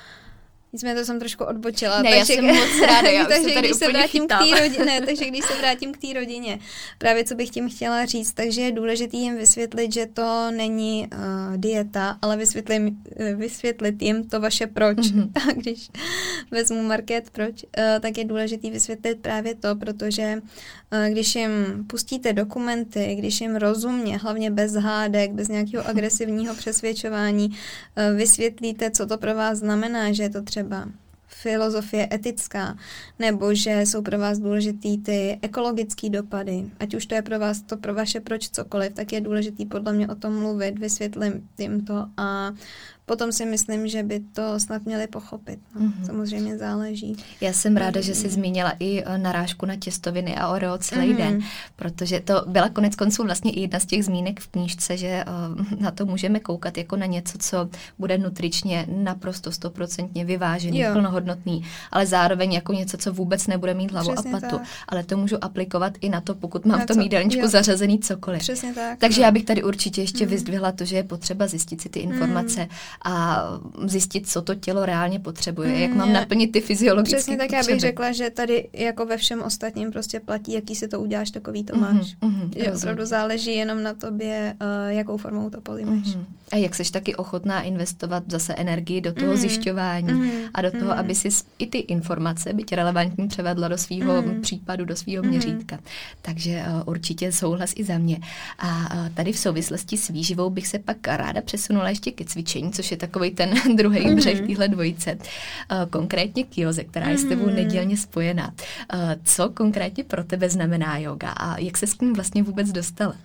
Nicméně to jsem trošku odbočila. Ne, takže, já jsem moc ráda, já takže se tady když se úplně vrátím chytám. k té rodině, takže když se vrátím k té rodině, právě co bych tím chtěla říct, takže je důležité jim vysvětlit, že to není uh, dieta, ale vysvětlit, vysvětlit jim to vaše proč. Mm-hmm. A když vezmu market proč, uh, tak je důležité vysvětlit právě to, protože uh, když jim pustíte dokumenty, když jim rozumně, hlavně bez hádek, bez nějakého agresivního přesvědčování, uh, vysvětlíte, co to pro vás znamená, že je to třeba filozofie etická, nebo že jsou pro vás důležitý ty ekologické dopady, ať už to je pro vás to pro vaše proč cokoliv, tak je důležitý podle mě o tom mluvit, vysvětlit jim to a potom si myslím, že by to snad měli pochopit. No, mm-hmm. Samozřejmě záleží. Já jsem ráda, že jsi zmínila i narážku na těstoviny a Oreo celý mm-hmm. den, protože to byla konec konců vlastně i jedna z těch zmínek v knížce, že uh, na to můžeme koukat jako na něco, co bude nutričně naprosto stoprocentně vyvážený, jo. plnohodnotný, ale zároveň jako něco, co vůbec nebude mít hlavu Přesně a patu. Tak. Ale to můžu aplikovat i na to, pokud mám na v tom jídelníčku zařazený cokoliv. Přesně tak. Takže no. já bych tady určitě ještě mm-hmm. vyzdvihla to, že je potřeba zjistit si ty informace mm. a zjistit, co to tělo reálně potřebuje, mm, jak mám je, naplnit ty fyziologické Přesně tak, potřeby. Já bych řekla, že tady jako ve všem ostatním prostě platí, jaký si to uděláš, takový to máš. Mm, mm, že opravdu záleží jenom na tobě, uh, jakou formou to polímeš. Mm. A jak seš taky ochotná investovat zase energii do toho mm, zjišťování mm, a do toho, mm. aby si i ty informace, byť relevantní, převedla do svého mm. případu, do svého mm. měřítka. Takže uh, určitě souhlas i za mě. A uh, tady v souvislosti s výživou bych se pak ráda přesunula ještě ke cvičení, což je takový ten druhý mm-hmm. břeh téhle dvojice. Uh, konkrétně k józe, která je s tebou nedělně spojená. Uh, co konkrétně pro tebe znamená jóga a jak se s tím vlastně vůbec dostala?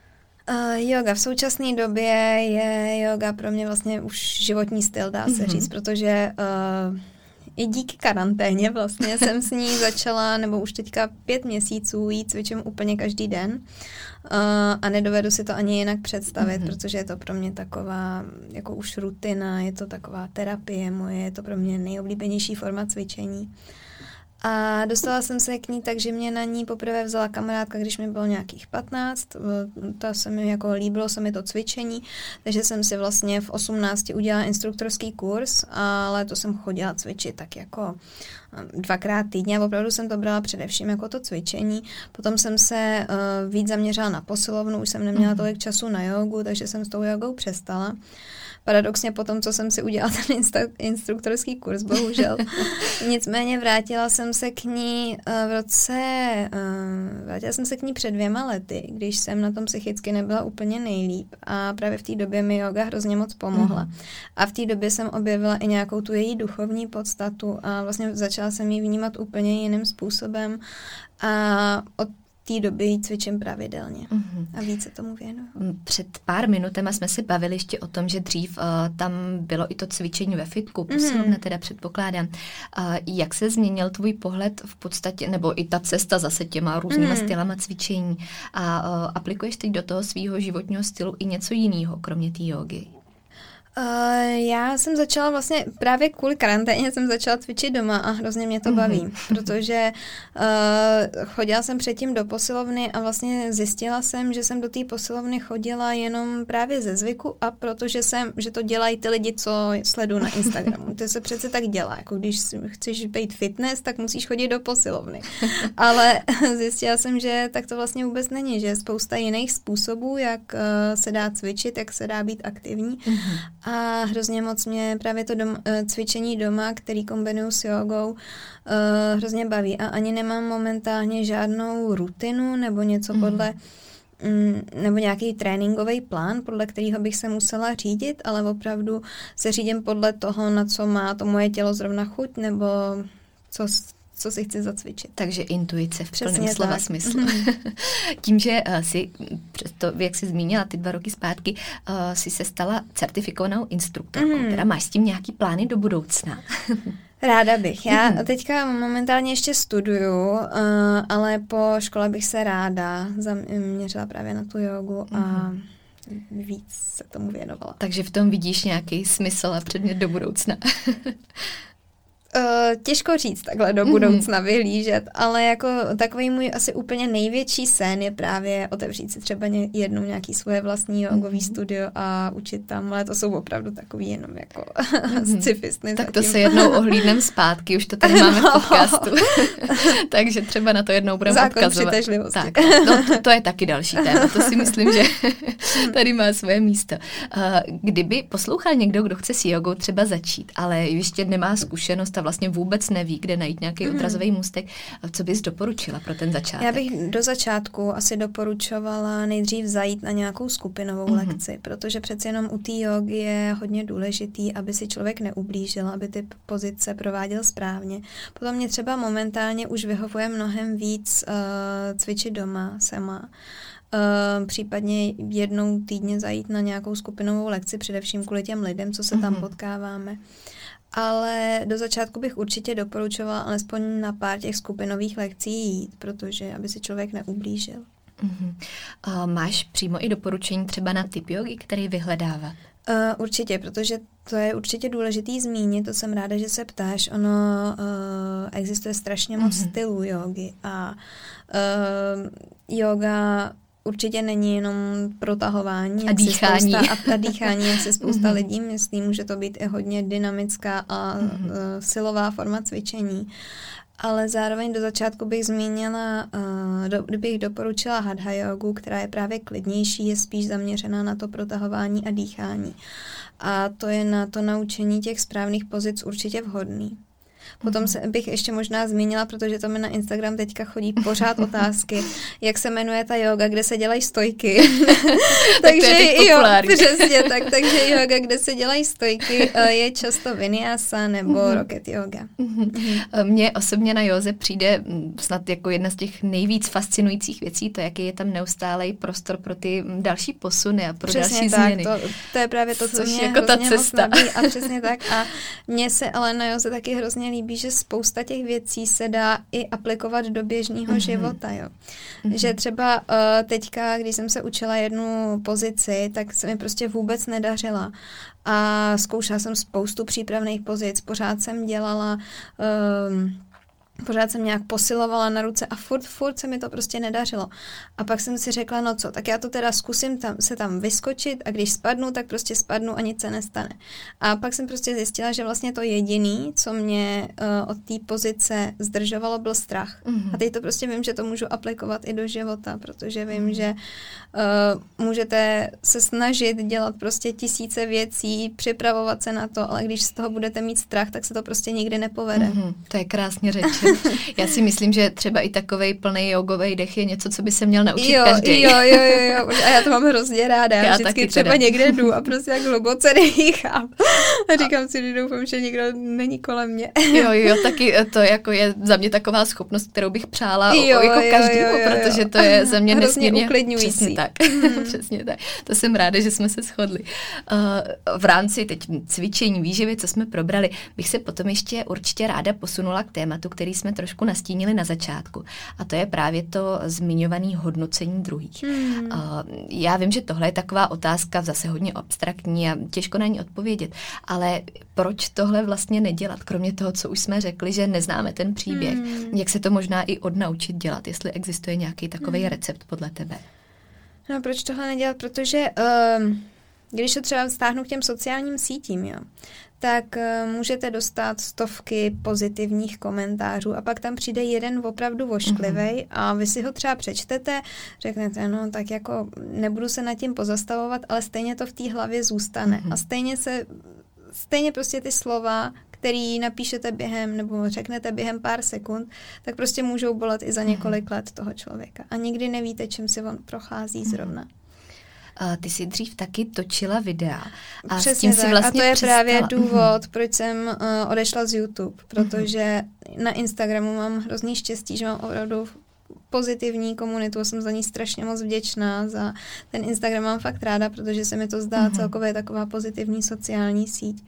Uh, yoga v současné době je yoga pro mě vlastně už životní styl, dá se mm-hmm. říct, protože uh, i díky karanténě vlastně jsem s ní začala, nebo už teďka pět měsíců jí cvičím úplně každý den uh, a nedovedu si to ani jinak představit, mm-hmm. protože je to pro mě taková jako už rutina, je to taková terapie moje, je to pro mě nejoblíbenější forma cvičení. A dostala jsem se k ní tak, že mě na ní poprvé vzala kamarádka, když mi bylo nějakých patnáct. To se mi jako líbilo, se mi to cvičení, takže jsem si vlastně v osmnácti udělala instruktorský kurz, ale to jsem chodila cvičit tak jako dvakrát týdně a opravdu jsem to brala především jako to cvičení. Potom jsem se uh, víc zaměřila na posilovnu, už jsem neměla tolik času na jogu, takže jsem s tou jogou přestala. Paradoxně po tom, co jsem si udělala ten insta- instruktorský kurz, bohužel. Nicméně vrátila jsem se k ní uh, v roce, uh, vrátila jsem se k ní před dvěma lety, když jsem na tom psychicky nebyla úplně nejlíp a právě v té době mi yoga hrozně moc pomohla. Mm. A v té době jsem objevila i nějakou tu její duchovní podstatu a vlastně začala jsem ji vnímat úplně jiným způsobem a od té doby ji cvičím pravidelně mm-hmm. a více tomu věnuju. Před pár minutama jsme se bavili ještě o tom, že dřív uh, tam bylo i to cvičení ve fitku, posilovna mm-hmm. teda předpokládám. Uh, jak se změnil tvůj pohled v podstatě, nebo i ta cesta zase těma různýma mm-hmm. stylama cvičení a uh, aplikuješ teď do toho svýho životního stylu i něco jiného, kromě té jógy? Uh, já jsem začala vlastně právě kvůli karanténě jsem začala cvičit doma a hrozně mě to mm-hmm. baví, protože uh, chodila jsem předtím do posilovny a vlastně zjistila jsem, že jsem do té posilovny chodila jenom právě ze zvyku a protože jsem, že to dělají ty lidi, co sleduju na Instagramu. To se přece tak dělá, jako když chceš být fitness, tak musíš chodit do posilovny. Ale zjistila jsem, že tak to vlastně vůbec není, že je spousta jiných způsobů, jak uh, se dá cvičit, jak se dá být aktivní. Mm-hmm. A hrozně moc mě právě to dom, cvičení doma, který kombinuju s jogou, uh, hrozně baví. A ani nemám momentálně žádnou rutinu nebo něco mm. podle, mm, nebo nějaký tréninkový plán, podle kterého bych se musela řídit, ale opravdu se řídím podle toho, na co má to moje tělo zrovna chuť, nebo co co si chci zacvičit. Takže intuice v Přesně plném slova tak. smyslu. Tím, že uh, si, přesto, jak jsi zmínila ty dva roky zpátky, uh, si se stala certifikovanou instruktorkou. Mm. Teda máš s tím nějaký plány do budoucna? Ráda bych. Já teďka momentálně ještě studuju, uh, ale po škole bych se ráda zaměřila právě na tu jogu a mm. víc se tomu věnovala. Takže v tom vidíš nějaký smysl a předmět do budoucna? Uh, těžko říct takhle do budoucna mm. vyhlížet, ale jako takový můj asi úplně největší sen je právě otevřít si třeba ně, jednou nějaký svoje vlastní jogový mm. studio a učit tam, ale to jsou opravdu takový jenom jako mm. scifistny. Tak zatím. To se jednou ohlídem zpátky, už to tady máme v podcastu. Takže třeba na to jednou budeme Zákon odkazovat. přitažlivosti. Tak, no, to, to je taky další téma, to si myslím, že tady má svoje místo. Uh, kdyby poslouchal někdo, kdo chce s jogou třeba začít, ale ještě nemá zkušenost a vlastně vůbec neví, kde najít nějaký mm. odrazový můstek. Co bys doporučila pro ten začátek? Já bych do začátku asi doporučovala nejdřív zajít na nějakou skupinovou mm. lekci, protože přeci jenom u té jogy je hodně důležitý, aby si člověk neublížil, aby ty pozice prováděl správně. Potom mě třeba momentálně už vyhovuje mnohem víc uh, cvičit doma sama. Uh, případně jednou týdně zajít na nějakou skupinovou lekci, především kvůli těm lidem, co se mm. tam potkáváme. Ale do začátku bych určitě doporučovala alespoň na pár těch skupinových lekcí jít, protože aby si člověk neublížil. Uh-huh. Uh, máš přímo i doporučení třeba na typ jogy, který vyhledávat? Uh, určitě, protože to je určitě důležitý zmínit, to jsem ráda, že se ptáš. Ono uh, existuje strašně moc uh-huh. stylů jogy a uh, yoga určitě není jenom protahování a dýchání. Spousta, a, a dýchání, jak si spousta lidí myslí, může to být i hodně dynamická a mm-hmm. uh, silová forma cvičení. Ale zároveň do začátku bych zmínila, uh, do, bych doporučila hatha jogu, která je právě klidnější, je spíš zaměřená na to protahování a dýchání. A to je na to naučení těch správných pozic určitě vhodný. Potom se bych ještě možná zmínila, protože to mi na Instagram teďka chodí pořád otázky, jak se jmenuje ta yoga, kde se dělají stojky. Takže jo, přesně tak. Takže yoga, kde se dělají stojky, je často vinyasa nebo mm-hmm. rocket yoga. Mm-hmm. Mně osobně na józe přijde snad jako jedna z těch nejvíc fascinujících věcí, to, jaký je tam neustálej prostor pro ty další posuny a pro přesně další tak, změny. To, to je právě to, co Což mě jako ta hrozně cesta. moc a přesně tak. A mně se ale na józe taky hrozně líbí, že spousta těch věcí se dá i aplikovat do běžného mm-hmm. života. Jo. Mm-hmm. Že třeba uh, teďka, když jsem se učila jednu pozici, tak se mi prostě vůbec nedařila. A zkoušela jsem spoustu přípravných pozic. Pořád jsem dělala um, Pořád jsem nějak posilovala na ruce a furt, furt se mi to prostě nedařilo. A pak jsem si řekla, no co, tak já to teda zkusím tam, se tam vyskočit a když spadnu, tak prostě spadnu a nic se nestane. A pak jsem prostě zjistila, že vlastně to jediný, co mě uh, od té pozice zdržovalo, byl strach. Mm-hmm. A teď to prostě vím, že to můžu aplikovat i do života, protože vím, mm-hmm. že uh, můžete se snažit dělat prostě tisíce věcí, připravovat se na to, ale když z toho budete mít strach, tak se to prostě nikdy nepovede. Mm-hmm. To je krásně řečeno. Já si myslím, že třeba i takovej plný jogovej dech je něco, co by se měl naučit jo, každý. Jo, jo, jo, jo. A já to mám hrozně ráda. Já, já vždycky třeba teda. někde jdu a prostě jak hluboce dechám. A říkám si, že doufám, že nikdo není kolem mě. Jo, jo, taky to jako je za mě taková schopnost, kterou bych přála jo, o, jako jo, každému, jo, jo, jo. protože to je za mě nesmírně uklidňující. Přesně tak. Mm. Přesně tak. To jsem ráda, že jsme se shodli. Uh, v rámci teď cvičení, výživy, co jsme probrali, bych se potom ještě určitě ráda posunula k tématu, který jsme trošku nastínili na začátku. A to je právě to zmiňované hodnocení druhých. Hmm. Uh, já vím, že tohle je taková otázka zase hodně abstraktní a těžko na ní odpovědět, ale proč tohle vlastně nedělat? Kromě toho, co už jsme řekli, že neznáme ten příběh. Hmm. Jak se to možná i odnaučit dělat, jestli existuje nějaký takový hmm. recept podle tebe? No, proč tohle nedělat? Protože um, když to třeba stáhnu k těm sociálním sítím, jo, tak uh, můžete dostat stovky pozitivních komentářů a pak tam přijde jeden opravdu vošklivej mm-hmm. a vy si ho třeba přečtete, řeknete, no tak jako nebudu se nad tím pozastavovat, ale stejně to v té hlavě zůstane mm-hmm. a stejně se, stejně prostě ty slova, který napíšete během, nebo řeknete během pár sekund, tak prostě můžou bolet i za několik let toho člověka a nikdy nevíte, čím si on prochází zrovna. Uh, ty jsi dřív taky točila videa. A Přesně s tím tak. si vlastně a to je přestala. právě důvod, proč jsem uh, odešla z YouTube, protože na Instagramu mám hrozný štěstí, že mám opravdu pozitivní komunitu, jsem za ní strašně moc vděčná, za ten Instagram mám fakt ráda, protože se mi to zdá mm-hmm. celkově taková pozitivní sociální síť.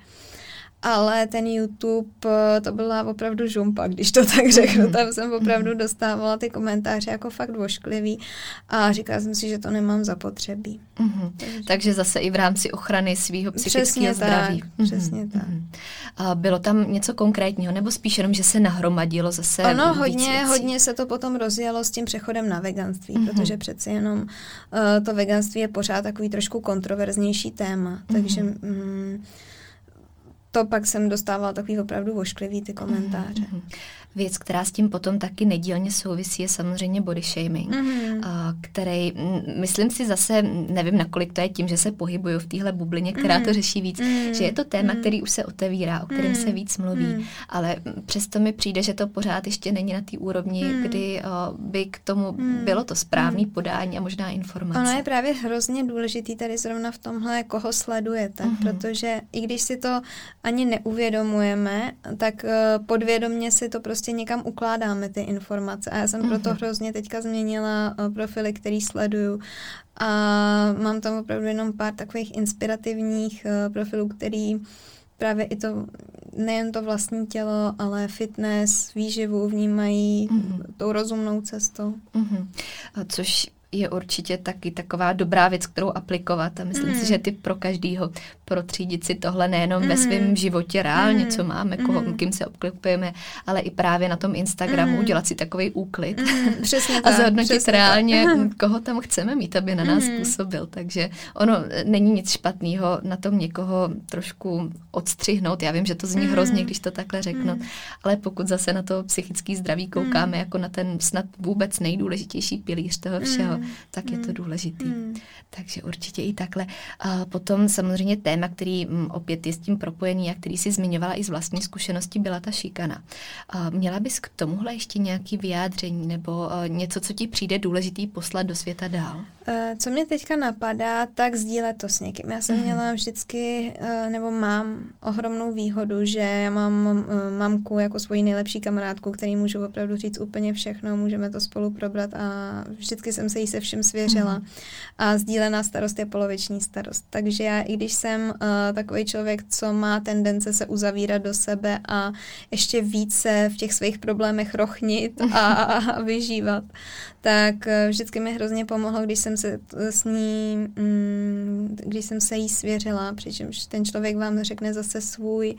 Ale ten YouTube, to byla opravdu žumpa, když to tak řeknu. Tam jsem opravdu dostávala ty komentáře jako fakt vošklivý a říkala jsem si, že to nemám zapotřebí. Mm-hmm. Takže. Takže zase i v rámci ochrany svého psychického zdraví. Tak, přesně tak. Mm-hmm. A bylo tam něco konkrétního, nebo spíš jenom, že se nahromadilo zase Ono hodně, hodně se to potom rozjelo s tím přechodem na veganství, mm-hmm. protože přeci jenom uh, to veganství je pořád takový trošku kontroverznější téma. Mm-hmm. Takže... Mm, to pak jsem dostávala takový opravdu vošklivý ty komentáře. Mm-hmm. Věc, která s tím potom taky nedílně souvisí, je samozřejmě body shaming, mm-hmm. který, myslím si zase, nevím, nakolik to je tím, že se pohybuju v téhle bublině, která mm-hmm. to řeší víc, mm-hmm. že je to téma, mm-hmm. který už se otevírá, o kterém mm-hmm. se víc mluví, mm-hmm. ale přesto mi přijde, že to pořád ještě není na té úrovni, mm-hmm. kdy uh, by k tomu mm-hmm. bylo to správné mm-hmm. podání a možná informace. Ono je právě hrozně důležitý tady zrovna v tomhle, koho sledujete, mm-hmm. protože i když si to ani neuvědomujeme, tak uh, podvědomě si to prostě někam ukládáme ty informace. A já jsem mm-hmm. proto hrozně teďka změnila uh, profily, který sleduju. A mám tam opravdu jenom pár takových inspirativních uh, profilů, který právě i to, nejen to vlastní tělo, ale fitness, výživu vnímají mm-hmm. tou rozumnou cestou. Mm-hmm. A což je určitě taky taková dobrá věc, kterou aplikovat a myslím mm. si, že ty pro každýho protřídit si tohle nejenom mm. ve svém životě reálně, mm. co máme, koho, mm. kým se obklopujeme, ale i právě na tom Instagramu mm. dělat si takový úklid mm. přesně a tak, zhodnotit reálně, tak. koho tam chceme mít, aby na nás mm. působil. Takže ono není nic špatného na tom někoho trošku odstřihnout. Já vím, že to zní mm. hrozně, když to takhle řeknu, mm. ale pokud zase na to psychické zdraví koukáme mm. jako na ten snad vůbec nejdůležitější pilíř toho všeho, mm. tak je to důležitý. Mm. Takže určitě i takhle. A potom samozřejmě téma, který m, opět je s tím propojený a který si zmiňovala i z vlastní zkušenosti, byla ta šikana. A měla bys k tomuhle ještě nějaké vyjádření nebo a, něco, co ti přijde důležitý poslat do světa dál? Co mě teďka napadá, tak sdílet to s někým. Já jsem mm. měla vždycky, nebo mám ohromnou výhodu, že já mám mamku jako svoji nejlepší kamarádku, který můžu opravdu říct úplně všechno, můžeme to spolu probrat a vždycky jsem se jí se vším svěřila. Mm. A sdílená starost je poloviční starost. Takže já, i když jsem uh, takový člověk, co má tendence se uzavírat do sebe a ještě více v těch svých problémech rochnit a, a vyžívat, tak uh, vždycky mi hrozně pomohlo, když jsem jsem se s ní, mm, když jsem se jí svěřila, přičemž ten člověk vám řekne zase svůj,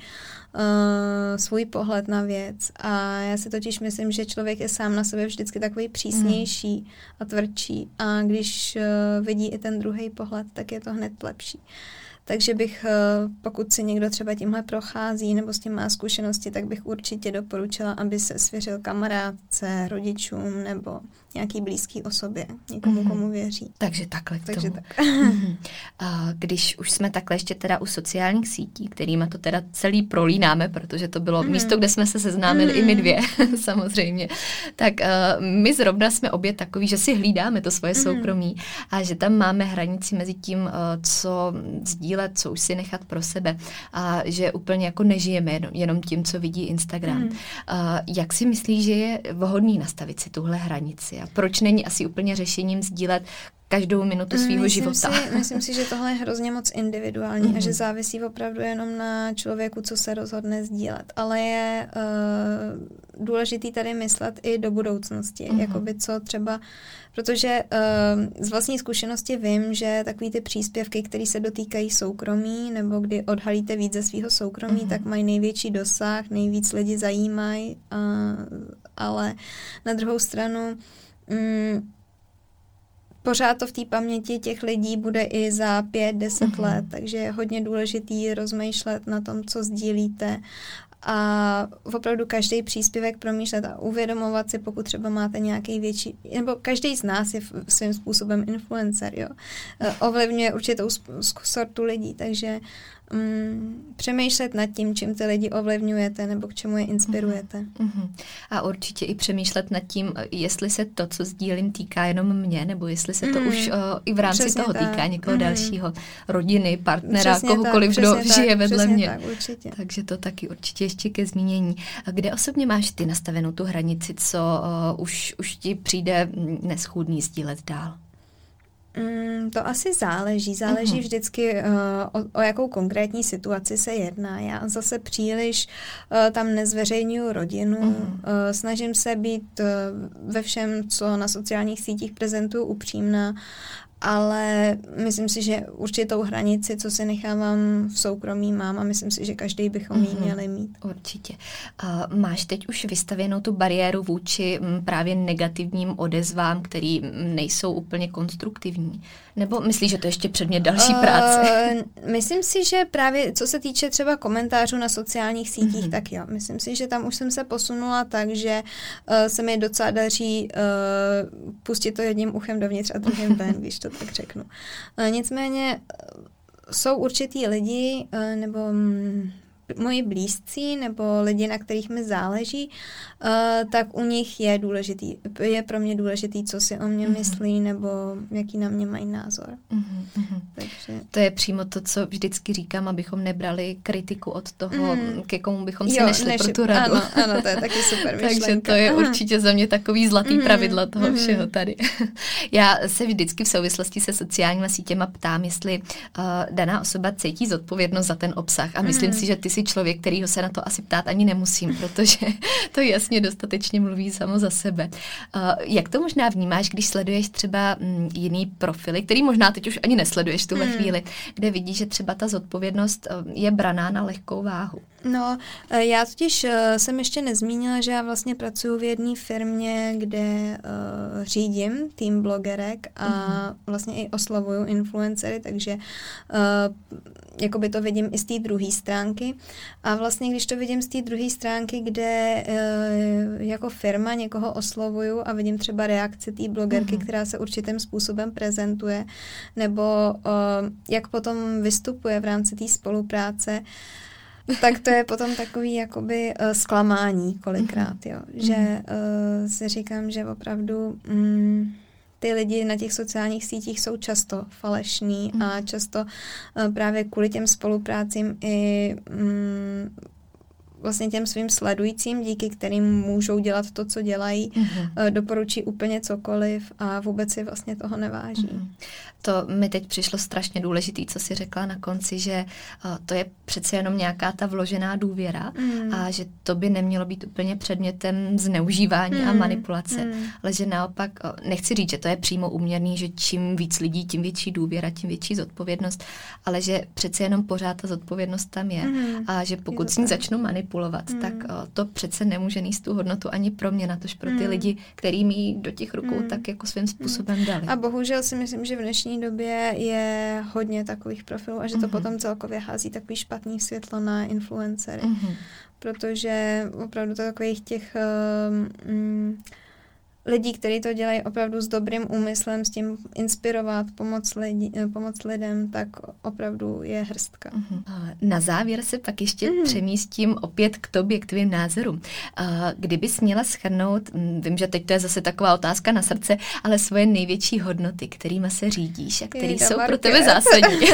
uh, svůj pohled na věc. A já si totiž myslím, že člověk je sám na sebe vždycky takový přísnější mm. a tvrdší. A když uh, vidí i ten druhý pohled, tak je to hned lepší. Takže bych, pokud si někdo třeba tímhle prochází nebo s tím má zkušenosti, tak bych určitě doporučila, aby se svěřil kamarádce, rodičům nebo nějaký blízký osobě, někomu, mm-hmm. komu věří. Takže takhle k Takže tomu. tak. Mm-hmm. A když už jsme takhle ještě teda u sociálních sítí, kterýma to teda celý prolínáme, protože to bylo mm-hmm. místo, kde jsme se seznámili mm-hmm. i my dvě, samozřejmě, tak uh, my zrovna jsme obě takový, že si hlídáme to svoje mm-hmm. soukromí a že tam máme hranici mezi tím, uh, co sdílet, co už si nechat pro sebe a že úplně jako nežijeme jenom, jenom tím, co vidí Instagram. Mm-hmm. Uh, jak si myslíš, že je vhodný nastavit si tuhle hranici? A proč není asi úplně řešením sdílet každou minutu svýho myslím života? Si, myslím si, že tohle je hrozně moc individuální mm-hmm. a že závisí opravdu jenom na člověku, co se rozhodne sdílet. Ale je uh, důležitý tady myslet i do budoucnosti. Mm-hmm. Jakoby co třeba, protože uh, z vlastní zkušenosti vím, že takový ty příspěvky, které se dotýkají soukromí, nebo kdy odhalíte víc ze svého soukromí, mm-hmm. tak mají největší dosah, nejvíc lidi zajímají, uh, ale na druhou stranu mm, pořád to v té paměti těch lidí bude i za pět, deset mm-hmm. let, takže je hodně důležitý rozmýšlet na tom, co sdílíte a opravdu každý příspěvek promýšlet a uvědomovat si, pokud třeba máte nějaký větší, nebo každý z nás je svým způsobem influencer, jo. Ovlivňuje určitou sortu lidí, takže um, přemýšlet nad tím, čím ty lidi ovlivňujete nebo k čemu je inspirujete. Mm-hmm. A určitě i přemýšlet nad tím, jestli se to, co sdílím, týká jenom mě, nebo jestli se to mm. už uh, i v rámci přesně toho tak. týká někoho mm. dalšího, rodiny, partnera, přesně kohokoliv, tak, kdo žije tak, vedle mě. Tak, určitě. Takže to taky určitě ještě ke zmínění. A kde osobně máš ty nastavenou tu hranici, co uh, už, už ti přijde neschůdný sdílet dál? Mm, to asi záleží. Záleží uh-huh. vždycky, uh, o, o jakou konkrétní situaci se jedná. Já zase příliš uh, tam nezveřejňuju rodinu. Uh-huh. Uh, snažím se být uh, ve všem, co na sociálních sítích prezentuju, upřímná, ale myslím si, že určitou hranici, co si nechávám v soukromí, mám a myslím si, že každý bychom ji měli mít. Určitě. Uh, máš teď už vystavěnou tu bariéru vůči m, právě negativním odezvám, který m, nejsou úplně konstruktivní? Nebo myslíš, že to ještě předmět další uh, práce? Myslím si, že právě co se týče třeba komentářů na sociálních sítích, mm-hmm. tak jo. Myslím si, že tam už jsem se posunula tak, že uh, se mi docela daří uh, pustit to jedním uchem dovnitř a druhým ven, když to tak řeknu. Uh, nicméně uh, jsou určitý lidi, uh, nebo um, moji blízcí nebo lidi, na kterých mi záleží, uh, tak u nich je důležitý, je pro mě důležitý, co si o mě mm-hmm. myslí nebo jaký na mě mají názor. Mm-hmm. Takže... To je přímo to, co vždycky říkám, abychom nebrali kritiku od toho, mm. ke komu bychom si jo, nešli neši... pro tu radu. Ano, ano, to je taky super myšlenka. Takže to je Aha. určitě za mě takový zlatý mm. pravidla toho mm. všeho tady. Já se vždycky v souvislosti se sociálními sítěma ptám, jestli uh, daná osoba cítí zodpovědnost za ten obsah a myslím mm. si, že ty jsi člověk, kterýho se na to asi ptát ani nemusím, protože to jasně dostatečně mluví samo za sebe. Uh, jak to možná vnímáš, když sleduješ třeba m, jiný profily, který možná teď už ani nesleduješ v tuhle mm. chvíli, kde vidíš, že třeba ta zodpovědnost uh, je braná na lehkou váhu? No, já totiž uh, jsem ještě nezmínila, že já vlastně pracuji v jedné firmě, kde uh, řídím tým blogerek a mm. vlastně i oslovuju influencery, takže uh, jakoby to vidím i z té druhé stránky. A vlastně, když to vidím z té druhé stránky, kde uh, jako firma někoho oslovuju a vidím třeba reakci té blogerky, mm. která se určitým způsobem prezentuje, nebo uh, jak potom vystupuje v rámci té spolupráce, tak to je potom takový jakoby uh, zklamání kolikrát, jo. Mm. Že uh, si říkám, že opravdu um, ty lidi na těch sociálních sítích jsou často falešní mm. a často uh, právě kvůli těm spoluprácím i um, vlastně těm svým sledujícím, díky kterým můžou dělat to, co dělají, mm-hmm. doporučí úplně cokoliv a vůbec si vlastně toho neváží. Mm-hmm. To mi teď přišlo strašně důležitý, co jsi řekla na konci, že to je přece jenom nějaká ta vložená důvěra mm. a že to by nemělo být úplně předmětem zneužívání mm. a manipulace, mm. ale že naopak, nechci říct, že to je přímo úměrný, že čím víc lidí, tím větší důvěra, tím větší zodpovědnost, ale že přece jenom pořád ta zodpovědnost tam je mm. a že pokud s ní začnu manipulovat, mm. tak to přece nemůže nést tu hodnotu ani pro mě, natož pro ty mm. lidi, který mi do těch rukou mm. tak jako svým způsobem dali. A bohužel si myslím, že v dnešní době je hodně takových profilů a že to mm-hmm. potom celkově hází takový špatný světlo na influencery. Mm-hmm. Protože opravdu to takových těch um, lidí, kteří to dělají opravdu s dobrým úmyslem, s tím inspirovat, pomoct, lidi, pomoct lidem, tak opravdu je hrstka. Mm-hmm. Na závěr se pak ještě mm-hmm. přemístím opět k tobě, k tvým názorům. Kdybys měla shrnout, vím, že teď to je zase taková otázka na srdce, ale svoje největší hodnoty, kterýma se řídíš a které jsou pro tebe zásadní.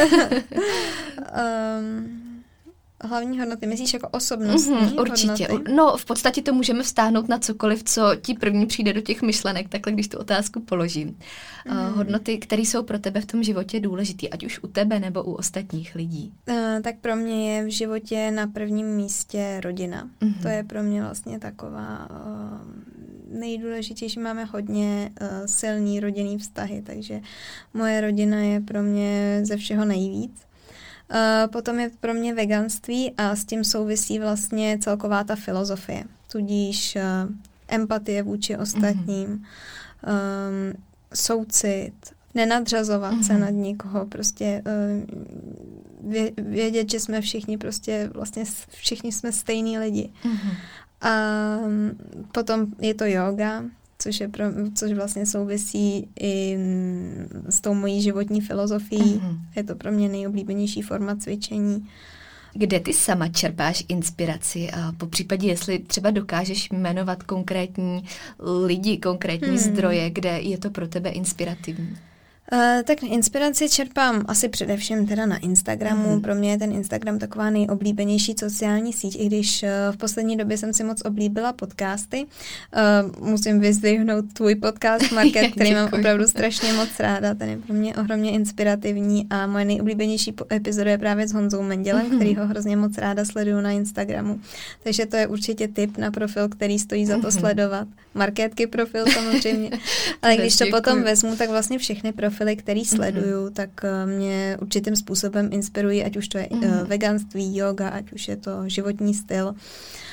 um... Hlavní hodnoty, myslíš jako osobnostní mm-hmm, určitě. hodnoty? No, v podstatě to můžeme vztáhnout na cokoliv, co ti první přijde do těch myšlenek, takhle když tu otázku položím. Mm. Uh, hodnoty, které jsou pro tebe v tom životě důležité, ať už u tebe nebo u ostatních lidí. Uh, tak pro mě je v životě na prvním místě rodina. Mm-hmm. To je pro mě vlastně taková uh, nejdůležitější. Máme hodně uh, silný rodinný vztahy, takže moje rodina je pro mě ze všeho nejvíc. Uh, potom je pro mě veganství a s tím souvisí vlastně celková ta filozofie. Tudíž uh, empatie vůči ostatním, mm-hmm. um, soucit, nenadřazovat mm-hmm. se nad nikoho, prostě uh, vě, vědět, že jsme všichni prostě vlastně všichni jsme stejní lidi. Mm-hmm. A um, potom je to yoga, což, je pro, což vlastně souvisí i s tou mojí životní filozofií. Mm-hmm. Je to pro mě nejoblíbenější forma cvičení. Kde ty sama čerpáš inspiraci a po případě, jestli třeba dokážeš jmenovat konkrétní lidi, konkrétní hmm. zdroje, kde je to pro tebe inspirativní? Uh, tak inspiraci čerpám asi především teda na Instagramu. Mm. Pro mě je ten Instagram taková nejoblíbenější sociální síť, i když uh, v poslední době jsem si moc oblíbila podcasty. Uh, musím vyzdvihnout tvůj podcast, Market, který mám opravdu strašně moc ráda. Ten je pro mě ohromně inspirativní a moje nejoblíbenější epizoda je právě s Honzou Mendělem, mm. který ho hrozně moc ráda sleduju na Instagramu. Takže to je určitě tip na profil, který stojí za to mm. sledovat. Marketky profil samozřejmě. Ale když to potom vezmu, tak vlastně všechny profily, který sleduju, mm-hmm. tak mě určitým způsobem inspirují, ať už to je mm-hmm. veganství, yoga, ať už je to životní styl. Uh,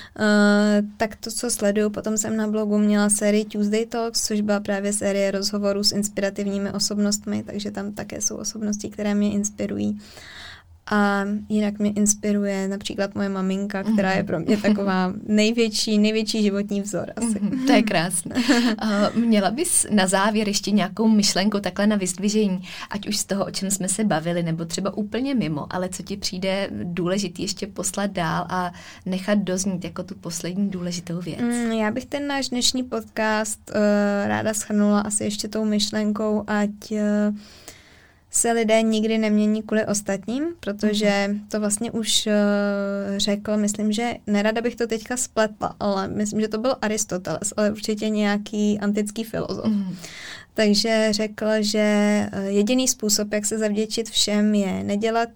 tak to, co sleduju, potom jsem na blogu měla sérii Tuesday Talks, což byla právě série rozhovorů s inspirativními osobnostmi, takže tam také jsou osobnosti, které mě inspirují. A jinak mě inspiruje například moje maminka, která je pro mě taková největší, největší životní vzor asi. Mm-hmm, to je krásné. Uh, měla bys na závěr ještě nějakou myšlenku takhle na vyzdvižení, ať už z toho, o čem jsme se bavili, nebo třeba úplně mimo, ale co ti přijde důležitý ještě poslat dál a nechat doznít jako tu poslední důležitou věc? Mm, já bych ten náš dnešní podcast uh, ráda shrnula asi ještě tou myšlenkou, ať... Uh, se lidé nikdy nemění kvůli ostatním, protože to vlastně už uh, řekl, myslím, že nerada bych to teďka spletla, ale myslím, že to byl Aristoteles, ale určitě nějaký antický filozof. Mm. Takže řekl, že jediný způsob, jak se zavděčit všem, je nedělat,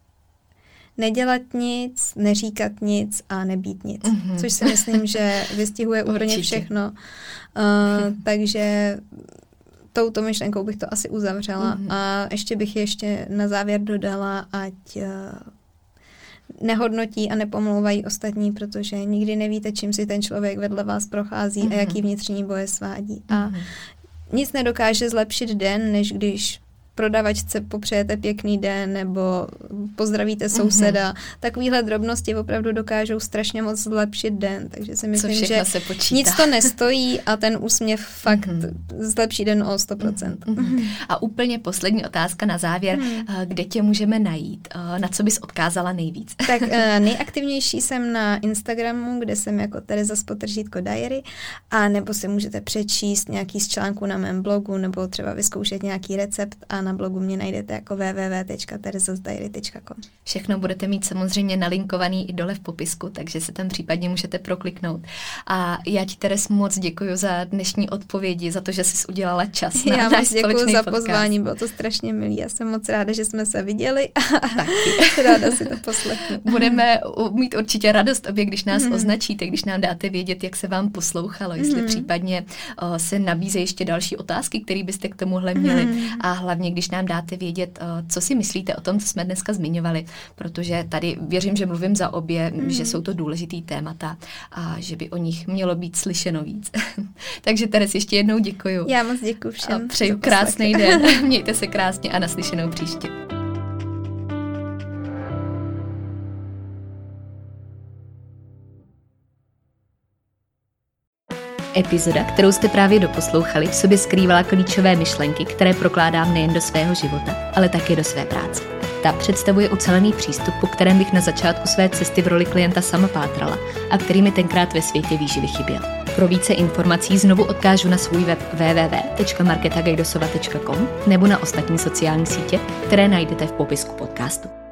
nedělat nic, neříkat nic a nebýt nic. Mm-hmm. Což si myslím, že vystihuje úplně všechno. Uh, takže touto myšlenkou bych to asi uzavřela mm-hmm. a ještě bych ještě na závěr dodala, ať uh, nehodnotí a nepomlouvají ostatní, protože nikdy nevíte, čím si ten člověk vedle vás prochází mm-hmm. a jaký vnitřní boje svádí. Mm-hmm. A nic nedokáže zlepšit den, než když prodavačce popřejete pěkný den nebo pozdravíte souseda. Mm-hmm. Takovýhle drobnosti opravdu dokážou strašně moc zlepšit den, takže si myslím, že nic to nestojí a ten úsměv fakt mm-hmm. zlepší den o sto procent. Mm-hmm. A úplně poslední otázka na závěr. Mm. Kde tě můžeme najít? Na co bys odkázala nejvíc? Tak nejaktivnější jsem na Instagramu, kde jsem jako Tereza z Podtržítko Diary, a nebo si můžete přečíst nějaký z článků na mém blogu nebo třeba vyzkoušet nějaký recept a na blogu mě najdete jako w w w tečka terezas diary tečka com. Všechno budete mít samozřejmě nalinkovaný i dole v popisku, takže se tam případně můžete prokliknout. A já ti, Teres, moc děkuji za dnešní odpovědi, za to, že jsi udělala čas na já náš společný podcast. Já moc děkuji za pozvání, bylo to strašně milý. Já jsem moc ráda, že jsme se viděli a ráda si to poslechnu. Budeme mít určitě radost obě, když nás mm. označíte, když nám dáte vědět, jak se vám poslouchalo, jestli mm. případně uh, se nabízejí ještě další otázky, které byste k tomuhle měli mm. a hlavně, když nám dáte vědět, uh, co si myslíte o tom, co jsme dneska zmiňovali, protože tady věřím, že mluvím za obě, mm. že jsou to důležitý témata a že by o nich mělo být slyšeno víc. Takže Teres, ještě jednou děkuju. Já moc děkuju všem. A přeju krásný den. Mějte se krásně a naslyšenou příště. Epizoda, kterou jste právě doposlouchali, v sobě skrývala klíčové myšlenky, které prokládám nejen do svého života, ale také do své práce. Ta představuje ucelený přístup, po kterém bych na začátku své cesty v roli klienta sama pátrala a který mi tenkrát ve světě výživy chyběl. Pro více informací znovu odkážu na svůj web w w w tečka marketa gajdosova tečka com nebo na ostatní sociální sítě, které najdete v popisku podcastu.